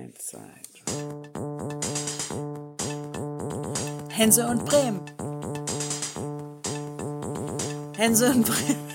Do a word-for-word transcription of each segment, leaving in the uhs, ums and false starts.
Eins, zwei, drei. Hense und Bremen. Hense und Bremen.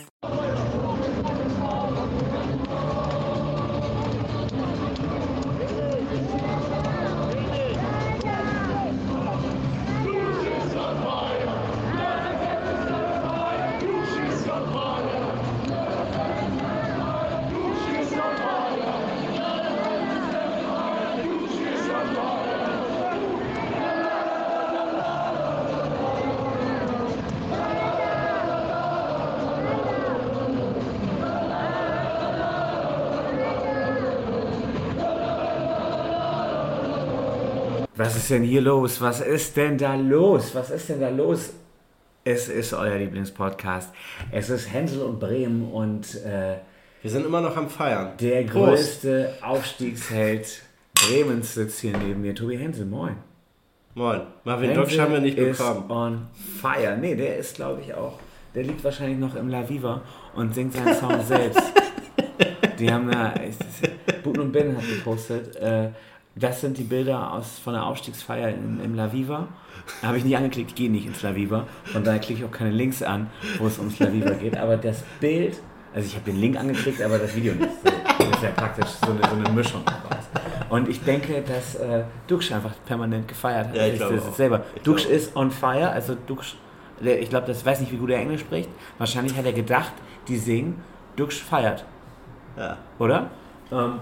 Was ist denn hier los? Was ist denn da los? Was ist denn da los? Es ist euer Lieblingspodcast. Es ist Hänsel und Bremen und äh, wir sind immer noch am Feiern. Der Prost. Größte Aufstiegsheld Bremens sitzt hier neben mir. Tobi Hensel, moin. Moin. Marvin Doksch haben wir nicht bekommen. On fire. Nee, der ist, glaube ich, auch. Der liegt wahrscheinlich noch im La Viva und singt seinen Song selbst. Die haben da. Buten und Ben hat gepostet. Äh, Das sind die Bilder aus, von der Aufstiegsfeier im, im La Viva. Da habe ich nicht angeklickt, ich gehe nicht ins La Viva. Und daher klicke ich auch keine Links an, wo es ums La Viva geht. Aber das Bild, also ich habe den Link angeklickt, aber das Video nicht. Das ist ja praktisch so eine, so eine Mischung daraus. Und ich denke, dass äh, Duksch einfach permanent gefeiert hat. Ja, ich glaube das selber. Duksch ist on fire, also Duksch, der, ich glaube, das weiß nicht, wie gut er Englisch spricht. Wahrscheinlich hat er gedacht, die singen, Duksch feiert. Ja. Oder? Ähm,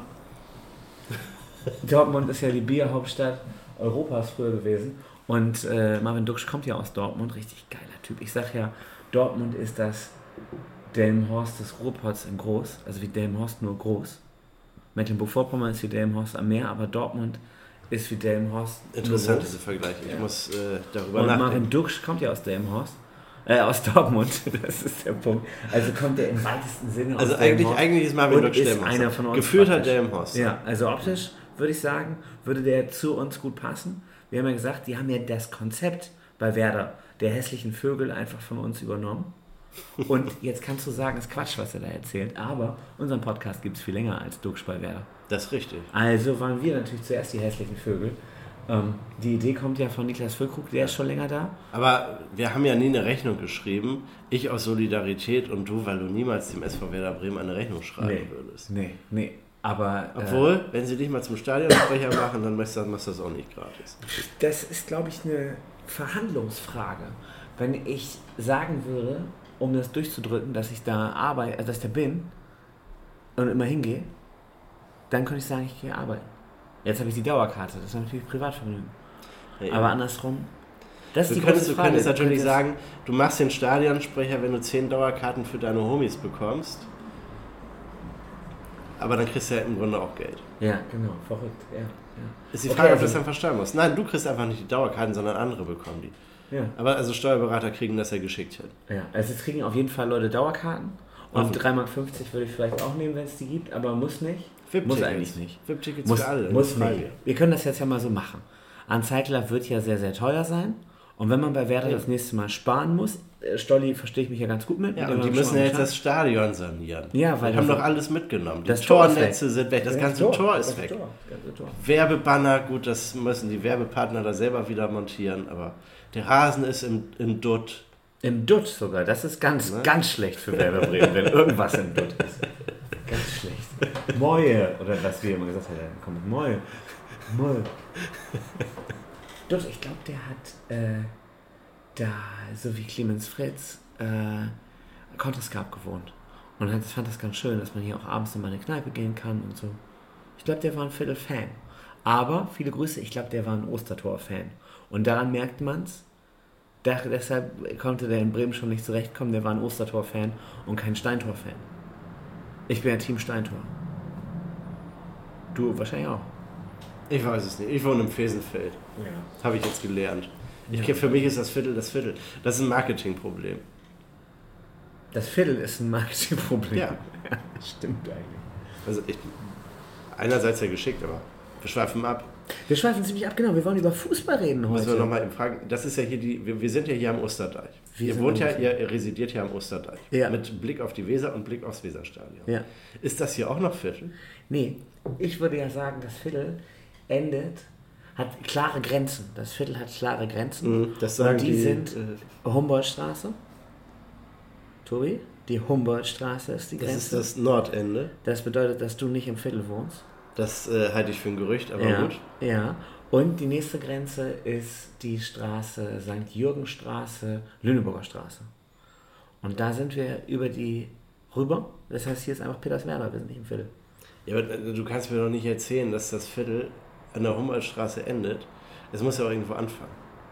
Dortmund ist ja die Bierhauptstadt Europas früher gewesen und äh, Marvin Duksch kommt ja aus Dortmund, richtig geiler Typ. Ich sag ja, Dortmund ist das Delmenhorst des Ruhrpots in groß, also wie Delmenhorst nur groß. Mecklenburg-Vorpommern ist wie Delmenhorst am Meer, aber Dortmund ist wie Delmenhorst. Interessant diese Vergleiche, ich ja. muss äh, darüber und nachdenken. Marvin Duksch kommt ja aus Delmenhorst. Äh, aus Dortmund, das ist der Punkt. Also kommt er im weitesten Sinne also aus eigentlich, Delmenhorst. eigentlich ist Marvin Duksch ist einer von uns. Gefühlter Delmenhorst. Ja, also optisch würde ich sagen, würde der zu uns gut passen. Wir haben ja gesagt, die haben ja das Konzept bei Werder der hässlichen Vögel einfach von uns übernommen. Und jetzt kannst du sagen, es ist Quatsch, was er da erzählt, aber unseren Podcast gibt es viel länger als Duksch bei Werder. Das ist richtig. Also waren wir natürlich zuerst die hässlichen Vögel. Ähm, die Idee kommt ja von Niklas Füllkrug, der ist schon länger da. Aber wir haben ja nie eine Rechnung geschrieben. Ich aus Solidarität und du, weil du niemals dem S V Werder Bremen eine Rechnung schreiben nee, würdest. Nee, nee. Aber, Obwohl, äh, wenn sie dich mal zum Stadionsprecher machen, dann machst du das auch nicht gratis. Das ist, glaube ich, eine Verhandlungsfrage. Wenn ich sagen würde, um das durchzudrücken, dass ich da arbeite, also dass ich da bin und immer hingehe, dann könnte ich sagen, ich gehe arbeiten. Jetzt habe ich die Dauerkarte, das ist natürlich Privatvergnügen. Ja, aber andersrum, das ist du die könntest, große Du Frage. könntest natürlich sagen, du machst den Stadionsprecher, wenn du zehn Dauerkarten für deine Homies bekommst. Aber dann kriegst du ja im Grunde auch Geld. Ja, genau, verrückt. Ja, ja. Ist die okay, Frage, ob also, das dann versteuern muss. Nein, du kriegst einfach nicht die Dauerkarten, sondern andere bekommen die. Ja. Aber also Steuerberater kriegen das ja geschickt hin. Ja, also es kriegen auf jeden Fall Leute Dauerkarten. Und drei Mark fünfzig würde ich vielleicht auch nehmen, wenn es die gibt, aber muss nicht. V I P-Tickets. Muss eigentlich nicht. V I P-Tickets muss, für alle. Muss nicht. Wir können das jetzt ja mal so machen. Anzeigler wird ja sehr, sehr teuer sein. Und wenn man bei Werder ja. das nächste Mal sparen muss, Stolli verstehe ich mich ja ganz gut mit. Ja, mit und die müssen ja jetzt das Stadion sanieren. Ja, weil wir haben doch alles mitgenommen. Die das Tornetze sind weg, das, das ganze Tor, Tor ist das weg. Tor, das ganze Tor. Werbebanner, gut, das müssen die Werbepartner da selber wieder montieren, aber der Rasen ist im, im Dutt. Im Dutt sogar, das ist ganz, ne? ganz schlecht für Werder Bremen, wenn irgendwas im Dutt ist. Ganz schlecht. Moje, oder was wir immer gesagt haben, komm, Moje. Moje. Dutt, ich glaube, der hat äh, da, so wie Clemens Fritz, äh, Contrescarpe gewohnt. Und er fand das ganz schön, dass man hier auch abends in meine Kneipe gehen kann und so. Ich glaube, der war ein Viertel-Fan. Aber, viele Grüße, ich glaube, der war ein Ostertor-Fan. Und daran merkt man es. Deshalb konnte der in Bremen schon nicht zurechtkommen. Der war ein Ostertor-Fan und kein Steintor-Fan. Ich bin ja Team Steintor. Du wahrscheinlich auch. Ich weiß es nicht. Ich wohne im Fesenfeld. Ja. Habe ich jetzt gelernt. Ich, ja. Für mich ist das Viertel das Viertel. Das ist ein Marketingproblem. Das Viertel ist ein Marketingproblem. Ja. Stimmt eigentlich. Also ich, einerseits ja geschickt, aber wir schweifen ab. Wir schweifen ziemlich ab, genau. Wir wollen über Fußball reden heute. Müssen wir nochmal fragen. Das ist ja hier die. Wir, wir sind ja hier am Osterdeich. Wir ihr wohnt ja, ihr, ihr residiert ja am Osterdeich. Ja. Mit Blick auf die Weser und Blick aufs Weserstadion. Ja. Ist das hier auch noch Viertel? Nee, ich würde ja sagen, das Viertel endet, hat klare Grenzen. Das Viertel hat klare Grenzen. Mhm, das sagen und die, die sind äh, Humboldtstraße. Tobi? Die Humboldtstraße ist die das Grenze. ist das Nordende. Das bedeutet, dass du nicht im Viertel wohnst. Das äh, halte ich für ein Gerücht, aber ja, gut. Ja. Und die nächste Grenze ist die Straße Sankt Jürgenstraße, Lüneburger Straße. Und da sind wir über die rüber. Das heißt, hier ist einfach Peterswerda, wir sind nicht im Viertel. Ja, aber du kannst mir doch nicht erzählen, dass das Viertel an der Humboldtstraße endet. Es muss ja auch irgendwo anfangen.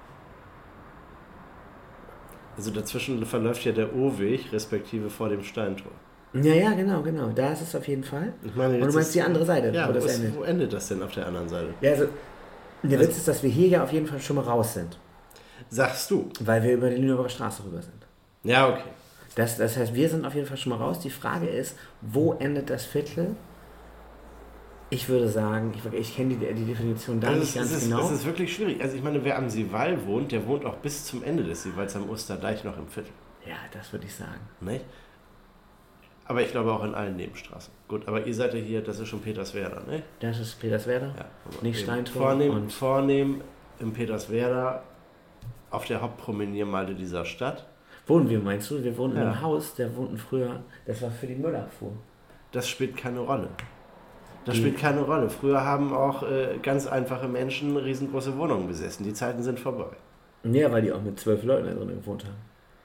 Also dazwischen verläuft ja der O-Weg, respektive vor dem Steintor. Ja, ja, genau, genau. Da ist es auf jeden Fall. Ich meine, und du meinst die andere Seite, ja, wo das wo, ist, endet. wo endet das denn auf der anderen Seite? Ja, also der Also- Witz ist, dass wir hier ja auf jeden Fall schon mal raus sind. Sagst du? Weil wir über die Lüneburger Straße rüber sind. Ja, okay. Das, das heißt, wir sind auf jeden Fall schon mal raus. Die Frage ist, wo endet das Viertel? Ich würde sagen, ich, ich kenne die, die Definition da Also nicht es, ganz es ist, genau. Es ist wirklich schwierig. Also ich meine, wer am Sival wohnt, der wohnt auch bis zum Ende des Sivals am Osterdeich noch im Viertel. Ja, das würde ich sagen. Nicht? Aber ich glaube auch in allen Nebenstraßen. Gut, aber ihr seid ja hier, das ist schon Peterswerda, ne? Das ist Peterswerda, Ja. nicht Steintor. Vornehm, und vornehm im Peterswerda auf der Hauptpromeniermeile dieser Stadt. wohnen wir, meinst du? Wir wohnen in Ja. einem Haus, der wohnten früher, das war für die Müllabfuhr. Das spielt keine Rolle. Das Die- spielt keine Rolle. Früher haben auch äh, ganz einfache Menschen riesengroße Wohnungen besessen. Die Zeiten sind vorbei. Ja, weil die auch mit zwölf Leuten da drin gewohnt haben.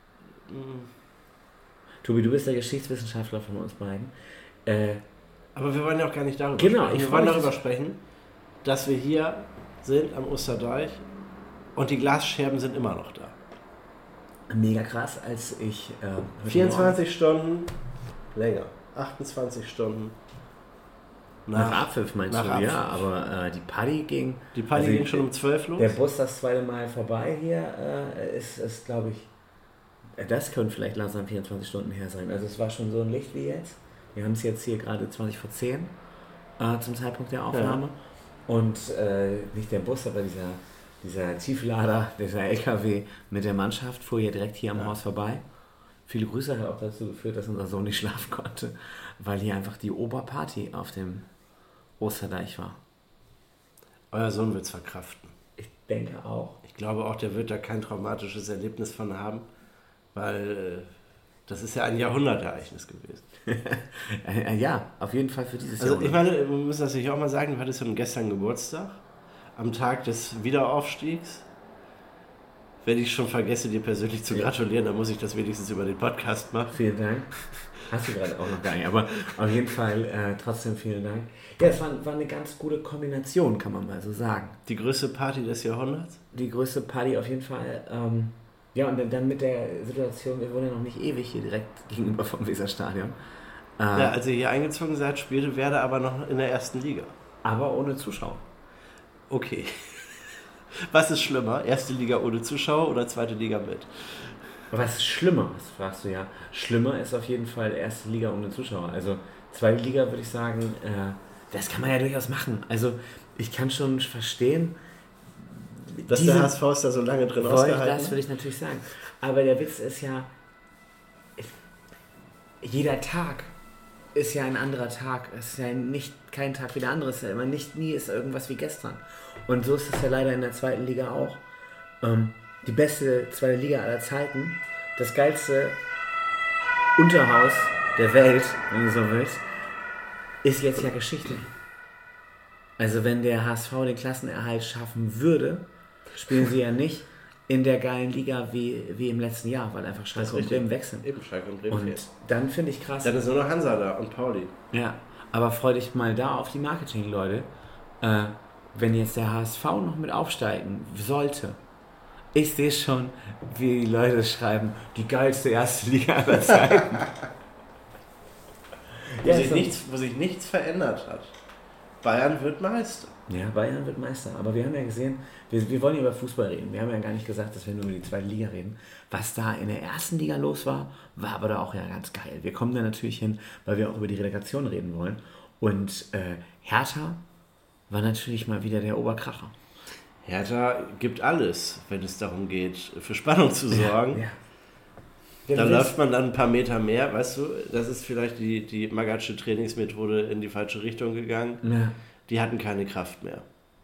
Tobi, du bist der Geschichtswissenschaftler von uns beiden. Äh, Aber wir wollen ja auch gar nicht darüber Genau, sprechen. ich Wir wollen freu mich, darüber dass- sprechen, dass wir hier sind am Osterdeich und die Glasscherben sind immer noch da. mega krass, als ich äh, heute vierundzwanzig Stunden länger. achtundzwanzig Stunden Morgen, nach Abpfiff meinst nach du? Abpfiff. Ja, aber äh, die Party ging. Die Party also ging schon um zwölf los. Der Bus das zweite Mal vorbei hier äh, ist, ist glaube ich, äh, das könnte vielleicht langsam vierundzwanzig Stunden her sein. Also es war schon so ein Licht wie jetzt. Wir haben es jetzt hier gerade zwanzig vor zehn äh, zum Zeitpunkt der Aufnahme. Ja. Und äh, nicht der Bus, aber dieser, dieser Tieflader, dieser L K W mit der Mannschaft fuhr hier direkt hier am ja. Haus vorbei. Viele Grüße hat auch dazu geführt, dass unser Sohn nicht schlafen konnte, weil hier einfach die Oberparty auf dem Osterdeich war. Euer Sohn wird es verkraften. Ich denke auch. Ich glaube auch, der wird da kein traumatisches Erlebnis von haben, weil äh, das ist ja ein Jahrhundertereignis gewesen. Ja, auf jeden Fall für dieses Also Jahrhundert. ich meine, wir müssen das natürlich auch mal sagen, du hattest ja gestern Geburtstag, am Tag des Wiederaufstiegs. Wenn ich schon vergesse, dir persönlich zu gratulieren, dann muss ich das wenigstens über den Podcast machen. Vielen Dank. Hast du gerade auch noch gar nicht, aber auf jeden Fall äh, trotzdem vielen Dank. Ja, es war, war eine ganz gute Kombination, kann man mal so sagen. Die größte Party des Jahrhunderts? Die größte Party auf jeden Fall. Ähm, ja, und dann mit der Situation, wir wohnen ja noch nicht ewig hier direkt gegenüber vom Weserstadion. Äh, Ja, als ihr hier eingezogen seid, spielte Werder aber noch in der ersten Liga. Aber ohne Zuschauer. Okay. Was ist schlimmer? Erste Liga ohne Zuschauer oder zweite Liga mit? Was ist schlimmer, das fragst du ja. Schlimmer ist auf jeden Fall erste Liga ohne Zuschauer. Also zweite Liga würde ich sagen, äh, das kann man ja durchaus machen. Also ich kann schon verstehen, dass diese, der H S V ist da so lange drin voll, ausgehalten. das würde ich natürlich sagen. Aber der Witz ist ja, jeder Tag ist ja ein anderer Tag. Es ist ja nicht kein Tag wie der andere. Es ist ja immer nicht, nie ist irgendwas wie gestern. Und so ist es ja leider in der zweiten Liga auch. Ähm, die beste zweite Liga aller Zeiten, das geilste Unterhaus der Welt, wenn du so willst, ist jetzt ja Geschichte. Also wenn der H S V den Klassenerhalt schaffen würde, spielen sie ja nicht in der geilen Liga wie, wie im letzten Jahr, weil einfach Schalke und Bremen wechseln. Eben Schalke und Bremen. Und fehlt. dann finde ich krass. Dann ist nur noch Hansa da und Pauli. Ja, aber freu dich mal da auf die Marketing-Leute. Äh, wenn jetzt der H S V noch mit aufsteigen sollte, ich sehe schon, wie die Leute schreiben, die geilste erste Liga aller Zeiten. Wo, Ja, sich so- nichts, wo sich nichts verändert hat. Bayern wird Meister. Ja, Bayern wird Meister. Aber wir haben ja gesehen, wir, wir wollen ja über Fußball reden. Wir haben ja gar nicht gesagt, dass wir nur über die zweite Liga reden. Was da in der ersten Liga los war, war aber da auch ja ganz geil. Wir kommen da natürlich hin, weil wir auch über die Relegation reden wollen. Und äh, Hertha war natürlich mal wieder der Oberkracher. Hertha gibt alles, wenn es darum geht, für Spannung zu sorgen. Ja. Ja, Da du läuft willst- man dann ein paar Meter mehr, weißt du, das ist vielleicht die, die Magatsche Trainingsmethode in die falsche Richtung gegangen. Ja. Die hatten keine Kraft mehr.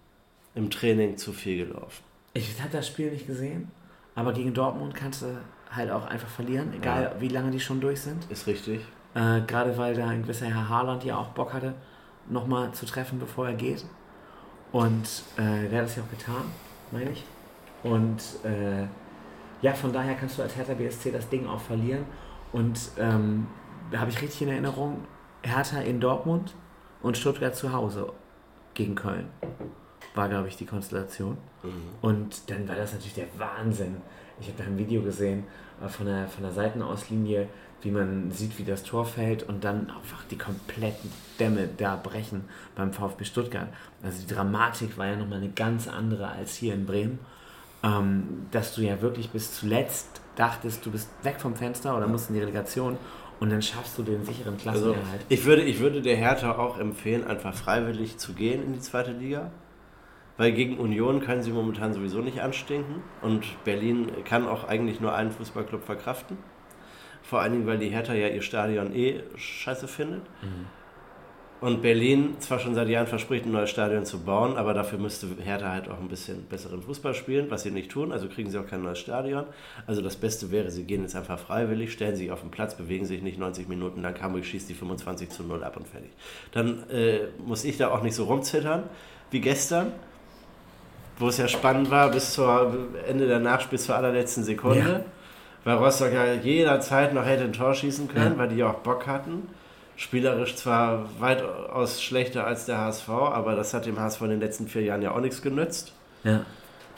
im Training zu viel gelaufen. Ich habe das Spiel nicht gesehen, aber gegen Dortmund kannst du halt auch einfach verlieren, egal ja. wie lange die schon durch sind. Ist richtig. Äh, gerade weil da ein gewisser Herr Haaland ja auch Bock hatte, nochmal zu treffen, bevor er geht. Und äh, der hat das ja auch getan, meine ich. Und äh, ja, von daher kannst du als Hertha B S C das Ding auch verlieren. Und ähm, da habe ich richtig in Erinnerung, Hertha in Dortmund und Stuttgart zu Hause gegen Köln. War, glaube ich, die Konstellation. Mhm. Und dann war das natürlich der Wahnsinn. Ich habe da ein Video gesehen äh, von, der, von der Seitenauslinie, wie man sieht, wie das Tor fällt und dann einfach die kompletten Dämme da brechen beim VfB Stuttgart. Also die Dramatik war ja nochmal eine ganz andere als hier in Bremen. Ähm, dass du ja wirklich bis zuletzt dachtest, du bist weg vom Fenster oder musst in die Relegation und dann schaffst du den sicheren Klassenerhalt. Also ich würde, ich würde der Hertha auch empfehlen, einfach freiwillig zu gehen in die zweite Liga. Weil gegen Union können sie momentan sowieso nicht anstinken und Berlin kann auch eigentlich nur einen Fußballclub verkraften. Vor allen Dingen, weil die Hertha ja ihr Stadion eh scheiße findet. Mhm. Und Berlin zwar schon seit Jahren verspricht, ein neues Stadion zu bauen, aber dafür müsste Hertha halt auch ein bisschen besseren Fußball spielen, was sie nicht tun, also kriegen sie auch kein neues Stadion. Also das Beste wäre, sie gehen jetzt einfach freiwillig, stellen sich auf den Platz, bewegen sich nicht neunzig Minuten lang, Hamburg schießt die fünfundzwanzig zu null ab und fertig. Dann äh, muss ich da auch nicht so rumzittern wie gestern, wo es ja spannend war bis zum Ende der Nachspiel zur allerletzten Sekunde, ja. Weil Rostock ja jederzeit noch hätte ein Tor schießen können, ja. Weil die ja auch Bock hatten. Spielerisch zwar weitaus schlechter als der H S V, aber das hat dem H S V in den letzten vier Jahren ja auch nichts genützt. Ja. Ja,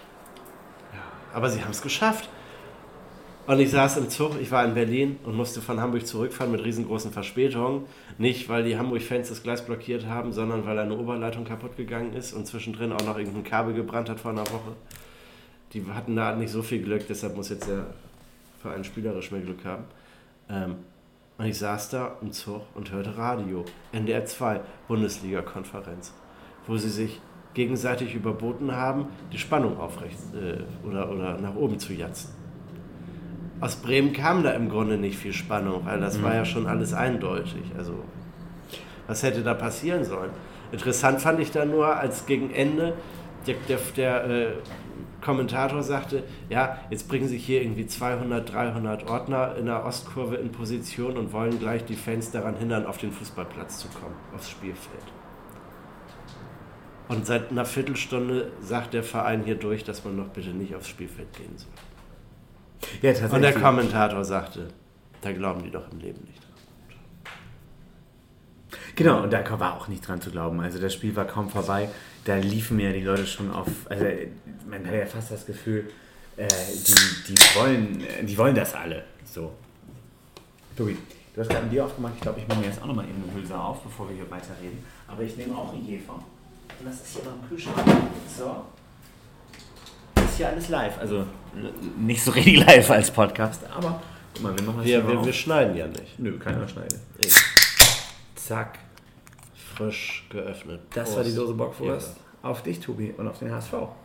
aber sie haben es geschafft. Und ich saß im Zug, ich war in Berlin und musste von Hamburg zurückfahren mit riesengroßen Verspätungen. Nicht, weil die Hamburg-Fans das Gleis blockiert haben, sondern weil eine Oberleitung kaputt gegangen ist und zwischendrin auch noch irgendein Kabel gebrannt hat vor einer Woche. Die hatten da nicht so viel Glück, deshalb muss jetzt der Verein spielerisch mehr Glück haben. Ähm, Und ich saß da im Zug und hörte Radio, N D R zwei, Bundesliga-Konferenz, wo sie sich gegenseitig überboten haben, die Spannung aufrecht äh, oder, oder nach oben zu jatzen. Aus Bremen kam da im Grunde nicht viel Spannung, weil das mhm. war ja schon alles eindeutig. Also, was hätte da passieren sollen? Interessant fand ich da nur, als gegen Ende der, der, der äh, Kommentator sagte, ja, jetzt bringen sich hier irgendwie zweihundert, dreihundert Ordner in der Ostkurve in Position und wollen gleich die Fans daran hindern, auf den Fußballplatz zu kommen, aufs Spielfeld. Und seit einer Viertelstunde sagt der Verein hier durch, dass man doch bitte nicht aufs Spielfeld gehen soll. Ja, und der Kommentator sagte, da glauben die doch im Leben nicht dran. Genau, und da war auch nicht dran zu glauben. Also das Spiel war kaum vorbei. Da liefen mir die Leute schon auf, also man hat ja fast das Gefühl, äh, die, die, wollen, die wollen das alle. So. Tobi, du hast gerade ein Bier aufgemacht. Ich glaube, ich mache mir jetzt auch nochmal eben eine Hülse auf, bevor wir hier weiterreden. Aber ich nehme auch einen Jefer. Und das ist hier noch im Kühlschrank. So. Das ist hier alles live. Also nicht so richtig live als Podcast, aber guck mal, wir machen das ja, hier wir, auf. wir schneiden ja nicht. Nö, keiner schneidet. Zack. Frisch geöffnet. Das Prost. War die Dose Bockwurst. Ja. Auf dich, Tobi, und auf den H S V.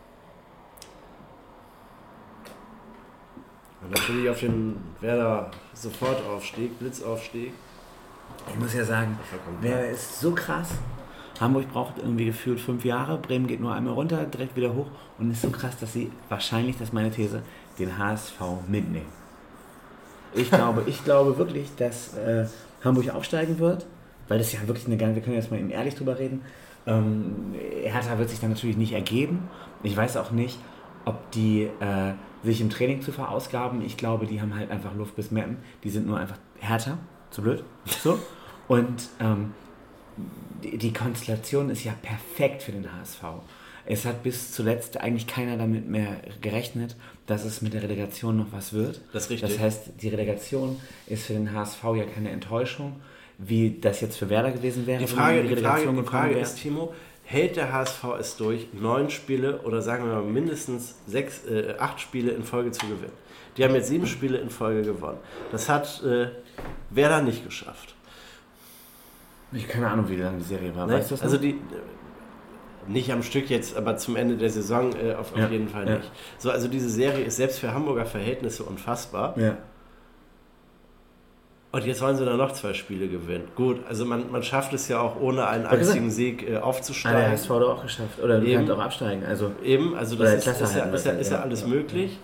Und natürlich auf den Werder Sofortaufstieg, Blitzaufstieg. Ich muss ja sagen, Werder ist so krass. Hamburg braucht irgendwie gefühlt fünf Jahre, Bremen geht nur einmal runter, direkt wieder hoch und ist so krass, dass sie wahrscheinlich, das ist meine These, den H S V mitnehmen. Ich glaube, ich glaube wirklich, dass äh, Hamburg aufsteigen wird, weil das ja wirklich eine ganze, wir können jetzt mal eben ehrlich drüber reden, ähm, Hertha wird sich dann natürlich nicht ergeben. Ich weiß auch nicht, ob die äh, sich im Training zu verausgaben. Ich glaube, die haben halt einfach Luft bis Meppen. Die sind nur einfach härter, zu blöd. So. Und ähm, die, die Konstellation ist ja perfekt für den H S V. Es hat bis zuletzt eigentlich keiner damit mehr gerechnet, dass es mit der Relegation noch was wird. Das ist richtig. Das heißt, die Relegation ist für den H S V ja keine Enttäuschung, wie das jetzt für Werder gewesen wäre. Die Frage, die Frage, die Frage ist, Timo, hält der H S V es durch, neun Spiele oder sagen wir mal mindestens sechs, äh, acht Spiele in Folge zu gewinnen? Die haben jetzt sieben Spiele in Folge gewonnen. Das hat äh, Werder nicht geschafft. Ich habe keine Ahnung, wie lange die Serie war. Ne? Weißt du das noch? Also die, nicht am Stück jetzt, aber zum Ende der Saison äh, auf, auf ja, jeden Fall ja. nicht. So, also diese Serie ist selbst für Hamburger Verhältnisse unfassbar. Ja. Und jetzt wollen sie dann noch zwei Spiele gewinnen. Gut, also man, man schafft es ja auch ohne einen einzigen Sieg äh, aufzusteigen. Ah, der H S V hat auch geschafft. Oder du kannst auch absteigen. Also Eben, also das ist, ist, ja, ist, ja, ist ja ja. alles möglich.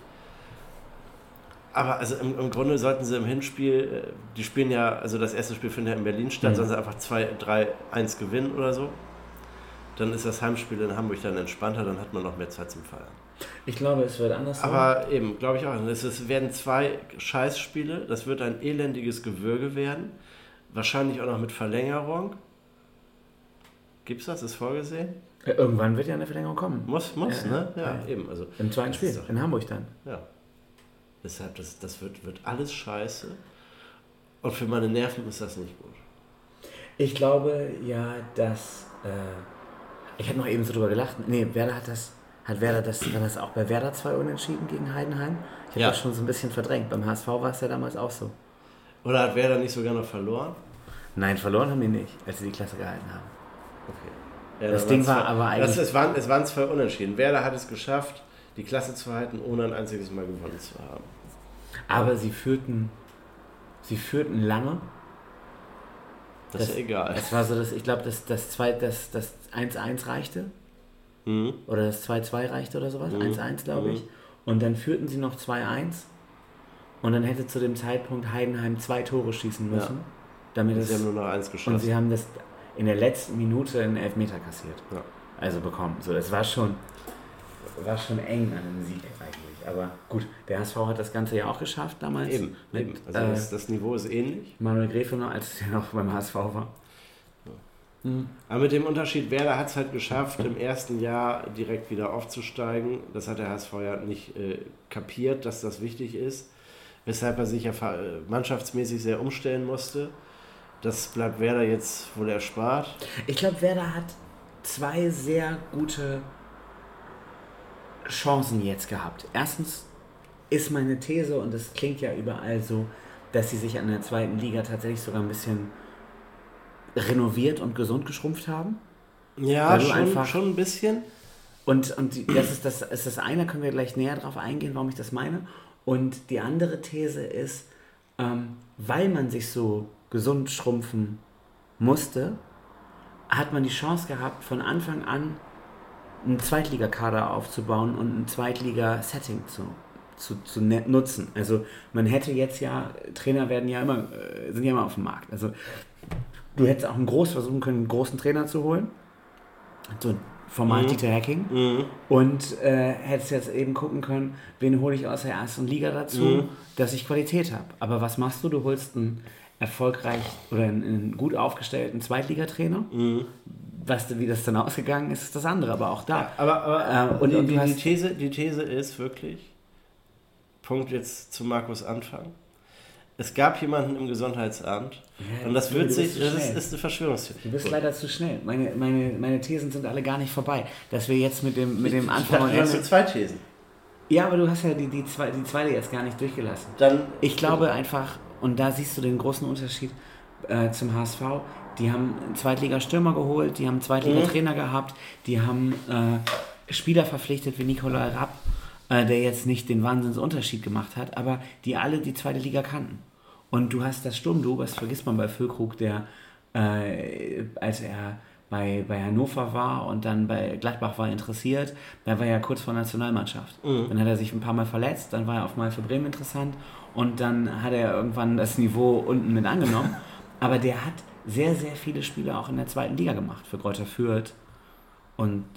Aber also im, im Grunde sollten sie im Hinspiel, die spielen ja, also das erste Spiel findet ja in Berlin statt, mhm. sollen sie einfach zwei, drei, eins gewinnen oder so. Dann ist das Heimspiel in Hamburg dann entspannter, dann hat man noch mehr Zeit zum Feiern. Ich glaube, es wird anders sein. Aber eben, glaube ich auch. Es, es werden zwei Scheißspiele, das wird ein elendiges Gewürge werden. Wahrscheinlich auch noch mit Verlängerung. Gibt's das? Ist vorgesehen? Ja, irgendwann wird ja eine Verlängerung kommen. Muss, muss, ja, ne? Ja, ja, ja. eben. Also, im zweiten Spiel, doch, in Hamburg dann. Ja. Deshalb, das, das wird, wird alles scheiße. Und für meine Nerven ist das nicht gut. Ich glaube ja, dass... Äh, ich habe noch eben so drüber gelacht. Nee, Werder hat das... Hat Werder das, war das auch bei Werder zwei Unentschieden gegen Heidenheim? Ich habe ja. das schon so ein bisschen verdrängt. Beim H S V war es ja damals auch so. Oder hat Werder nicht sogar noch verloren? Nein, verloren haben die nicht, als sie die Klasse gehalten haben. Okay. Ja, das Ding war zwei, aber eigentlich... Das, es, waren, es waren zwei Unentschieden. Werder hat es geschafft, die Klasse zu halten, ohne ein einziges Mal gewonnen zu haben. Aber sie führten, sie führten lange. Das, das ist ja egal. Es war so, dass ich glaube, dass das, zwei, das, das eins eins reichte. Mhm. Oder das zwei zwei reichte oder sowas. Mhm. eins eins, glaube ich. Mhm. Und dann führten sie noch zwei eins. Und dann hätte zu dem Zeitpunkt Heidenheim zwei Tore schießen müssen. Ja. Damit sie es, haben nur noch eins geschossen. Und sie haben das in der letzten Minute einen Elfmeter kassiert. Ja. Also bekommen. So, das war schon, war schon eng an einem Sieg eigentlich. Aber gut, der H S V hat das Ganze ja auch geschafft damals. Eben, mit, eben. Also äh, das, das Niveau ist ähnlich. Manuel Gräfe noch, als es ja noch beim H S V war. Ja. Mhm. Aber mit dem Unterschied, Werder hat es halt geschafft, im ersten Jahr direkt wieder aufzusteigen. Das hat der H S V ja nicht äh, kapiert, dass das wichtig ist. Weshalb er sich ja mannschaftsmäßig sehr umstellen musste. Das bleibt Werder jetzt wohl erspart. Ich glaube, Werder hat zwei sehr gute Chancen jetzt gehabt. Erstens ist meine These, und das klingt ja überall so, dass sie sich an der zweiten Liga tatsächlich sogar ein bisschen renoviert und gesund geschrumpft haben. Ja, schon, einfach, schon ein bisschen. Und, und das, ist das ist das eine, können wir gleich näher drauf eingehen, warum ich das meine. Und die andere These ist, ähm, weil man sich so gesund schrumpfen musste, hat man die Chance gehabt, von Anfang an einen Zweitligakader aufzubauen und ein Zweitliga-Setting zu, zu, zu nutzen. Also man hätte jetzt ja, Trainer werden ja immer, äh, sind ja immer auf dem Markt. Also du hättest auch einen Groß versuchen können, einen großen Trainer zu holen. So Format mhm. Dieter Hecking. Mhm. Und äh, hättest jetzt eben gucken können, wen hole ich aus der ersten Liga dazu, mhm. dass ich Qualität habe. Aber was machst du? Du holst einen erfolgreich oder einen, einen gut aufgestellten Zweitligatrainer. Mhm. Was, wie das dann ausgegangen ist, ist das andere, aber auch da. Ja, aber aber äh, und, die, und die, die, These, die These ist wirklich, Punkt jetzt zu Markus Anfang, es gab jemanden im Gesundheitsamt ja, und das wird sich, das ist, ist eine Verschwörungstheorie. Du bist leider zu schnell. Meine, meine, meine Thesen sind alle gar nicht vorbei. Dass wir jetzt mit dem, mit dem Anfang und Ende... Du hast zwei Thesen. Ja, aber du hast ja die, die, zwei, die zweite jetzt gar nicht durchgelassen. Dann ich glaube einfach, und da siehst du den großen Unterschied äh, zum H S V, die haben einen Zweitliga-Stürmer geholt, die haben einen Zweitliga-Trainer mhm. gehabt, die haben äh, Spieler verpflichtet wie Nikolai Rapp, äh, der jetzt nicht den Wahnsinnsunterschied gemacht hat, aber die alle die zweite Liga kannten. Und du hast das Sturmduo, das vergisst man bei Füllkrug, der, äh, als er bei, bei Hannover war und dann bei Gladbach war interessiert, da war er kurz vor Nationalmannschaft. Mhm. Dann hat er sich ein paar Mal verletzt, dann war er auf mal für Bremen interessant und dann hat er irgendwann das Niveau unten mit angenommen. Aber der hat sehr, sehr viele Spiele auch in der zweiten Liga gemacht, für Greuther Fürth und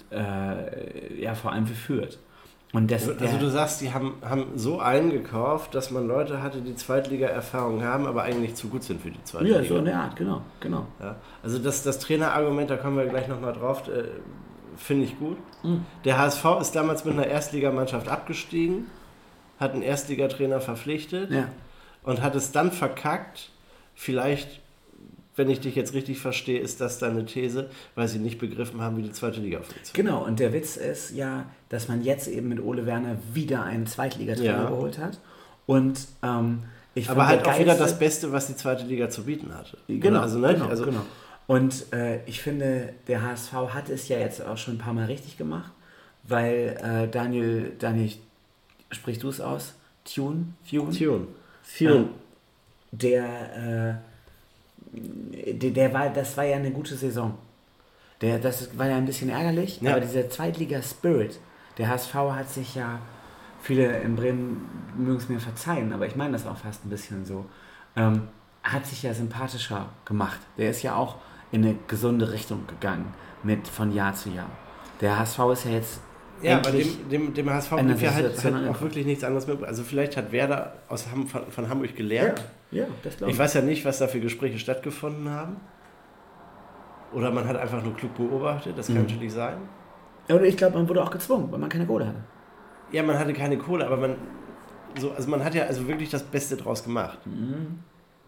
äh, ja, vor allem für Fürth. Und das, also du sagst, die haben, haben so eingekauft, dass man Leute hatte, die Zweitliga-Erfahrung haben, aber eigentlich zu gut sind für die zweite ja, Liga. Ja, so in der Art, genau. genau. Ja, also das, das Trainerargument, da kommen wir gleich nochmal drauf, äh, finde ich gut. Mhm. Der H S V ist damals mit einer Erstligamannschaft abgestiegen, hat einen Erstligatrainer verpflichtet ja. und hat es dann verkackt, vielleicht... Wenn ich dich jetzt richtig verstehe, ist das deine These, weil sie nicht begriffen haben, wie die zweite Liga funktioniert. Genau, und der Witz ist ja, dass man jetzt eben mit Ole Werner wieder einen Zweitligatrainer ja. geholt hat. Und ähm, ich Aber halt auch wieder das Beste, was die zweite Liga zu bieten hatte. Genau, also, ne? genau, also, genau. Und äh, ich finde, der H S V hat es ja jetzt auch schon ein paar Mal richtig gemacht, weil äh, Daniel, Daniel, sprichst du es aus? Tune? Tune? Tune. Tune. der, äh, der, der war, das war ja eine gute Saison. Der, das war ja ein bisschen ärgerlich, Ja. aber dieser Zweitliga-Spirit, der H S V hat sich ja, viele in Bremen mögen es mir verzeihen, aber ich meine das auch fast ein bisschen so, ähm, hat sich ja sympathischer gemacht. Der ist ja auch in eine gesunde Richtung gegangen, mit von Jahr zu Jahr. Der H S V ist ja jetzt Ja, aber endlich dem, dem, dem H S V in der blieb ja halt, Situation halt auch angekommen. wirklich nichts anderes mehr. Also vielleicht hat Werder aus Ham, von, von Hamburg gelernt. Ja, das glaube ich. Ich weiß ja nicht, was da für Gespräche stattgefunden haben. Oder man hat einfach nur klug beobachtet, das kann Mhm. natürlich sein. Oder ich glaube, man wurde auch gezwungen, weil man keine Kohle hatte. Ja, man hatte keine Kohle, aber man, so, also man hat ja also wirklich das Beste draus gemacht. Mhm.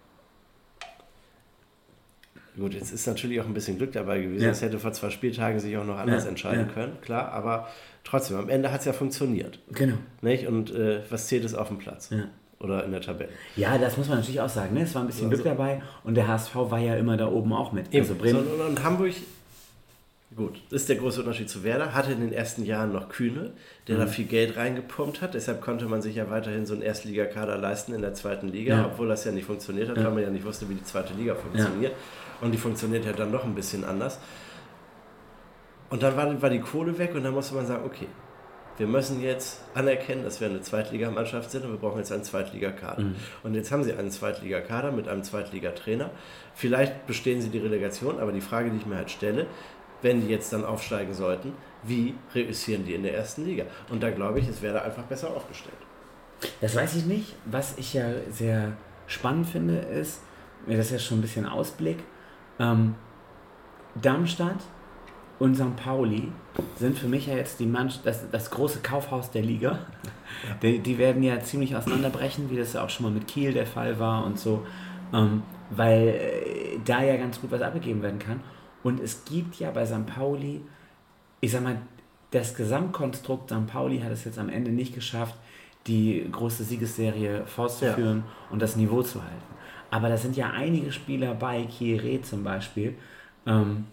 Gut, jetzt ist natürlich auch ein bisschen Glück dabei gewesen. Ja. Es hätte vor zwei Spieltagen sich auch noch anders Ja, entscheiden ja. können, klar, aber trotzdem, am Ende hat es ja funktioniert. Genau. Nicht? Und äh, was zählt es auf dem Platz? Ja. Oder in der Tabelle? Ja, das muss man natürlich auch sagen. Ne? Es war ein bisschen Also- Glück dabei und der H S V war ja immer da oben auch mit. Also Bremen. So, und, und Hamburg, gut, ist der große Unterschied zu Werder, hatte in den ersten Jahren noch Kühne, der Mhm. da viel Geld reingepumpt hat. Deshalb konnte man sich ja weiterhin so einen Erstligakader leisten in der zweiten Liga, Ja. obwohl das ja nicht funktioniert hat, Ja. weil man ja nicht wusste, wie die zweite Liga funktioniert. Und die funktioniert ja dann noch ein bisschen anders. Und dann war, war die Kohle weg und dann musste man sagen, okay, wir müssen jetzt anerkennen, dass wir eine Zweitligamannschaft sind und wir brauchen jetzt einen Zweitligakader. Mhm. Und jetzt haben sie einen Zweitligakader mit einem Zweitligatrainer. Vielleicht bestehen sie die Relegation, aber die Frage, die ich mir halt stelle, wenn die jetzt dann aufsteigen sollten, wie reüssieren die in der ersten Liga? Und da glaube ich, es wäre einfach besser aufgestellt. Das weiß ich nicht. Was ich ja sehr spannend finde, ist, das ist ja schon ein bisschen Ausblick, ähm, Darmstadt und Sankt Pauli sind für mich ja jetzt die Mannschaft, das, das große Kaufhaus der Liga. Die, die werden ja ziemlich auseinanderbrechen, wie das ja auch schon mal mit Kiel der Fall war und so, ähm, weil äh, da ja ganz gut was abgegeben werden kann. Und es gibt ja bei Sankt Pauli, ich sag mal, das Gesamtkonstrukt Sankt Pauli hat es jetzt am Ende nicht geschafft, die große Siegesserie fortzuführen und das Niveau zu halten. Aber da sind ja einige Spieler bei, Kieré zum Beispiel, ähm,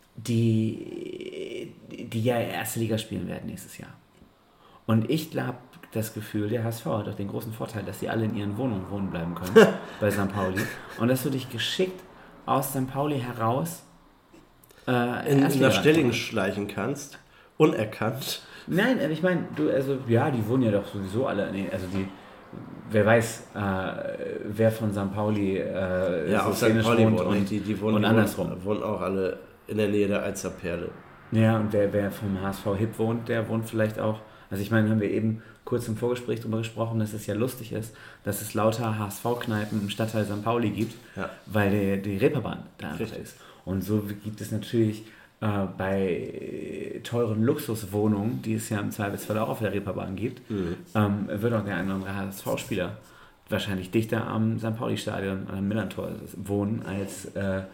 die, die ja erste Liga spielen werden nächstes Jahr. Und ich glaube, das Gefühl, der H S V hat auch den großen Vorteil, dass sie alle in ihren Wohnungen wohnen bleiben können bei Sankt Pauli. Und dass du dich geschickt aus Sankt Pauli heraus äh, In, in Erstliga- der Stelling schleichen kannst, unerkannt. Nein, aber ich meine, du, also, ja, die wohnen ja doch sowieso alle, nee, also die, wer weiß, äh, wer von Sankt Pauli äh, Ja, so auf Sankt szenisch Pauli wohnt wohnen, und, nicht? die, die wohnen, und die andersrum. Wohnen, wohnen auch alle in der Nähe der Alsterperle. Ja, und wer, wer vom H S V Hip wohnt, der wohnt vielleicht auch, also ich meine, haben wir eben kurz im Vorgespräch darüber gesprochen, dass es ja lustig ist, dass es lauter H S V-Kneipen im Stadtteil Sankt Pauli gibt, Ja. weil die, die Reeperbahn da einfach Richtig. ist. Und so gibt es natürlich äh, bei teuren Luxuswohnungen, die es ja im Zweifelsfall auch auf der Reeperbahn gibt, Mhm. ähm, wird auch der ein oder andere H S V-Spieler wahrscheinlich dichter am Sankt Pauli-Stadion oder am Millantor wohnen als, äh,